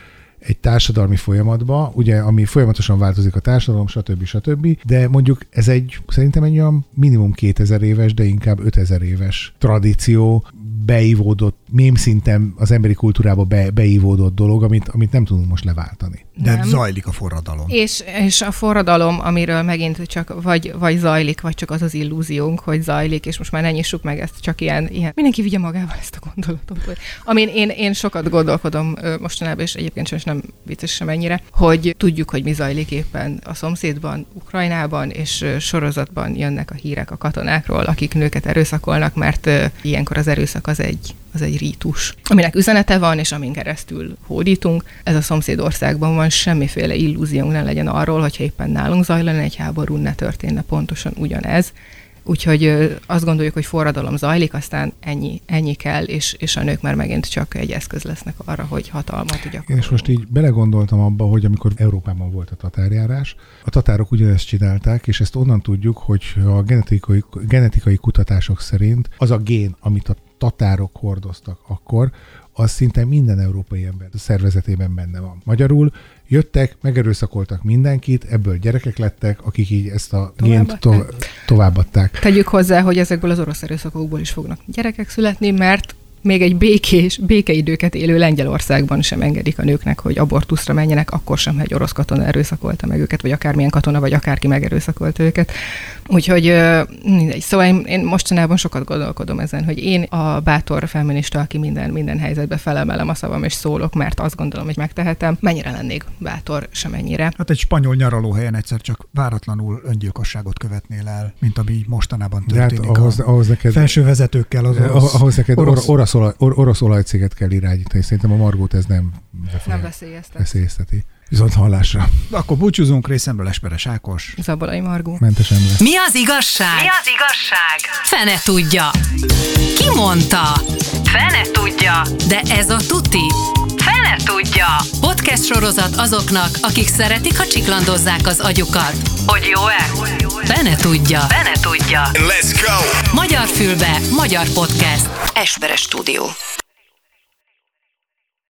egy társadalmi folyamatba, ugye, ami folyamatosan változik a társadalom, stb. stb. De mondjuk ez egy, szerintem egy olyan minimum kétezer éves, de inkább ötezer éves tradíció, beívódott, mém szinten az emberi kultúrába be, beívódott dolog, amit, amit nem tudunk most leváltani. De Nem. zajlik a forradalom. És, és a forradalom, amiről megint csak vagy, vagy zajlik, vagy csak az az illúziónk, hogy zajlik, és most már ne nyissuk meg ezt csak ilyen, ilyen. Mindenki vigye magával ezt a gondolatot. Hogy, amin én, én sokat gondolkodom mostanában, és egyébként sem, nem vicces sem ennyire, hogy tudjuk, hogy mi zajlik éppen a szomszédban, Ukrajnában, és sorozatban jönnek a hírek a katonákról, akik nőket erőszakolnak, mert ilyenkor az erőszak az egy, az egy rítus, aminek üzenete van, és amin keresztül hódítunk. Ez a szomszédországban van, semmiféle illúziónk ne legyen arról, hogyha éppen nálunk zajlana egy háború, ne történne pontosan ugyanez. Úgyhogy azt gondoljuk, hogy forradalom zajlik, aztán ennyi, ennyi kell, és, és a nők már megint csak egy eszköz lesznek arra, hogy hatalmat gyakorolunk. Én és most így belegondoltam abba, hogy amikor Európában volt a tatárjárás, a tatárok ugyanezt csinálták, és ezt onnan tudjuk, hogy a genetikai, genetikai kutatások szerint az a gén, amit a tatárok hordoztak akkor, az szinte minden európai ember szervezetében benne van. Magyarul jöttek, megerőszakoltak mindenkit, ebből gyerekek lettek, akik így ezt a gént to- továbbadták. Tegyük hozzá, hogy ezekből az orosz erőszakokból is fognak gyerekek születni, mert még egy békés, békeidőket élő Lengyelországban sem engedik a nőknek, hogy abortuszra menjenek, akkor sem, ha egy orosz katona erőszakolta meg őket, vagy akármilyen katona, vagy akárki megerőszakolta őket. Úgyhogy mindegy. Szóval én, én mostanában sokat gondolkodom ezen, hogy én a bátor feminista, aki minden, minden helyzetbe felemelem a szavam és szólok, mert azt gondolom, hogy megtehetem, mennyire lennék bátor, sem ennyire. Hát egy spanyol nyaralóhelyen egyszer csak váratlanul öngyilkosságot követnél el, mint ami mostanában történik hát ahhoz, a ahhoz neked, felső vezetőkkel az orosz. Ahhoz neked orosz, orosz, olaj, or, orosz olajcéget kell irányítani. Szerintem a Margót ez nem, nem veszélyeztet. veszélyezteti. Viszont hallásra. Akkor búcsúzunk, részemről Esperes Ákos. Zabolai Margó. Mentesen lesz. Mi az igazság? Mi az igazság? Fene tudja. Ki mondta? Fene tudja. De ez a tuti. Fene tudja. Podcast sorozat azoknak, akik szeretik, ha csiklandozzák az agyukat. Hogy jó-e? Fene tudja. Fene tudja. Let's go! Magyar fülbe, magyar podcast. Esperes Stúdió.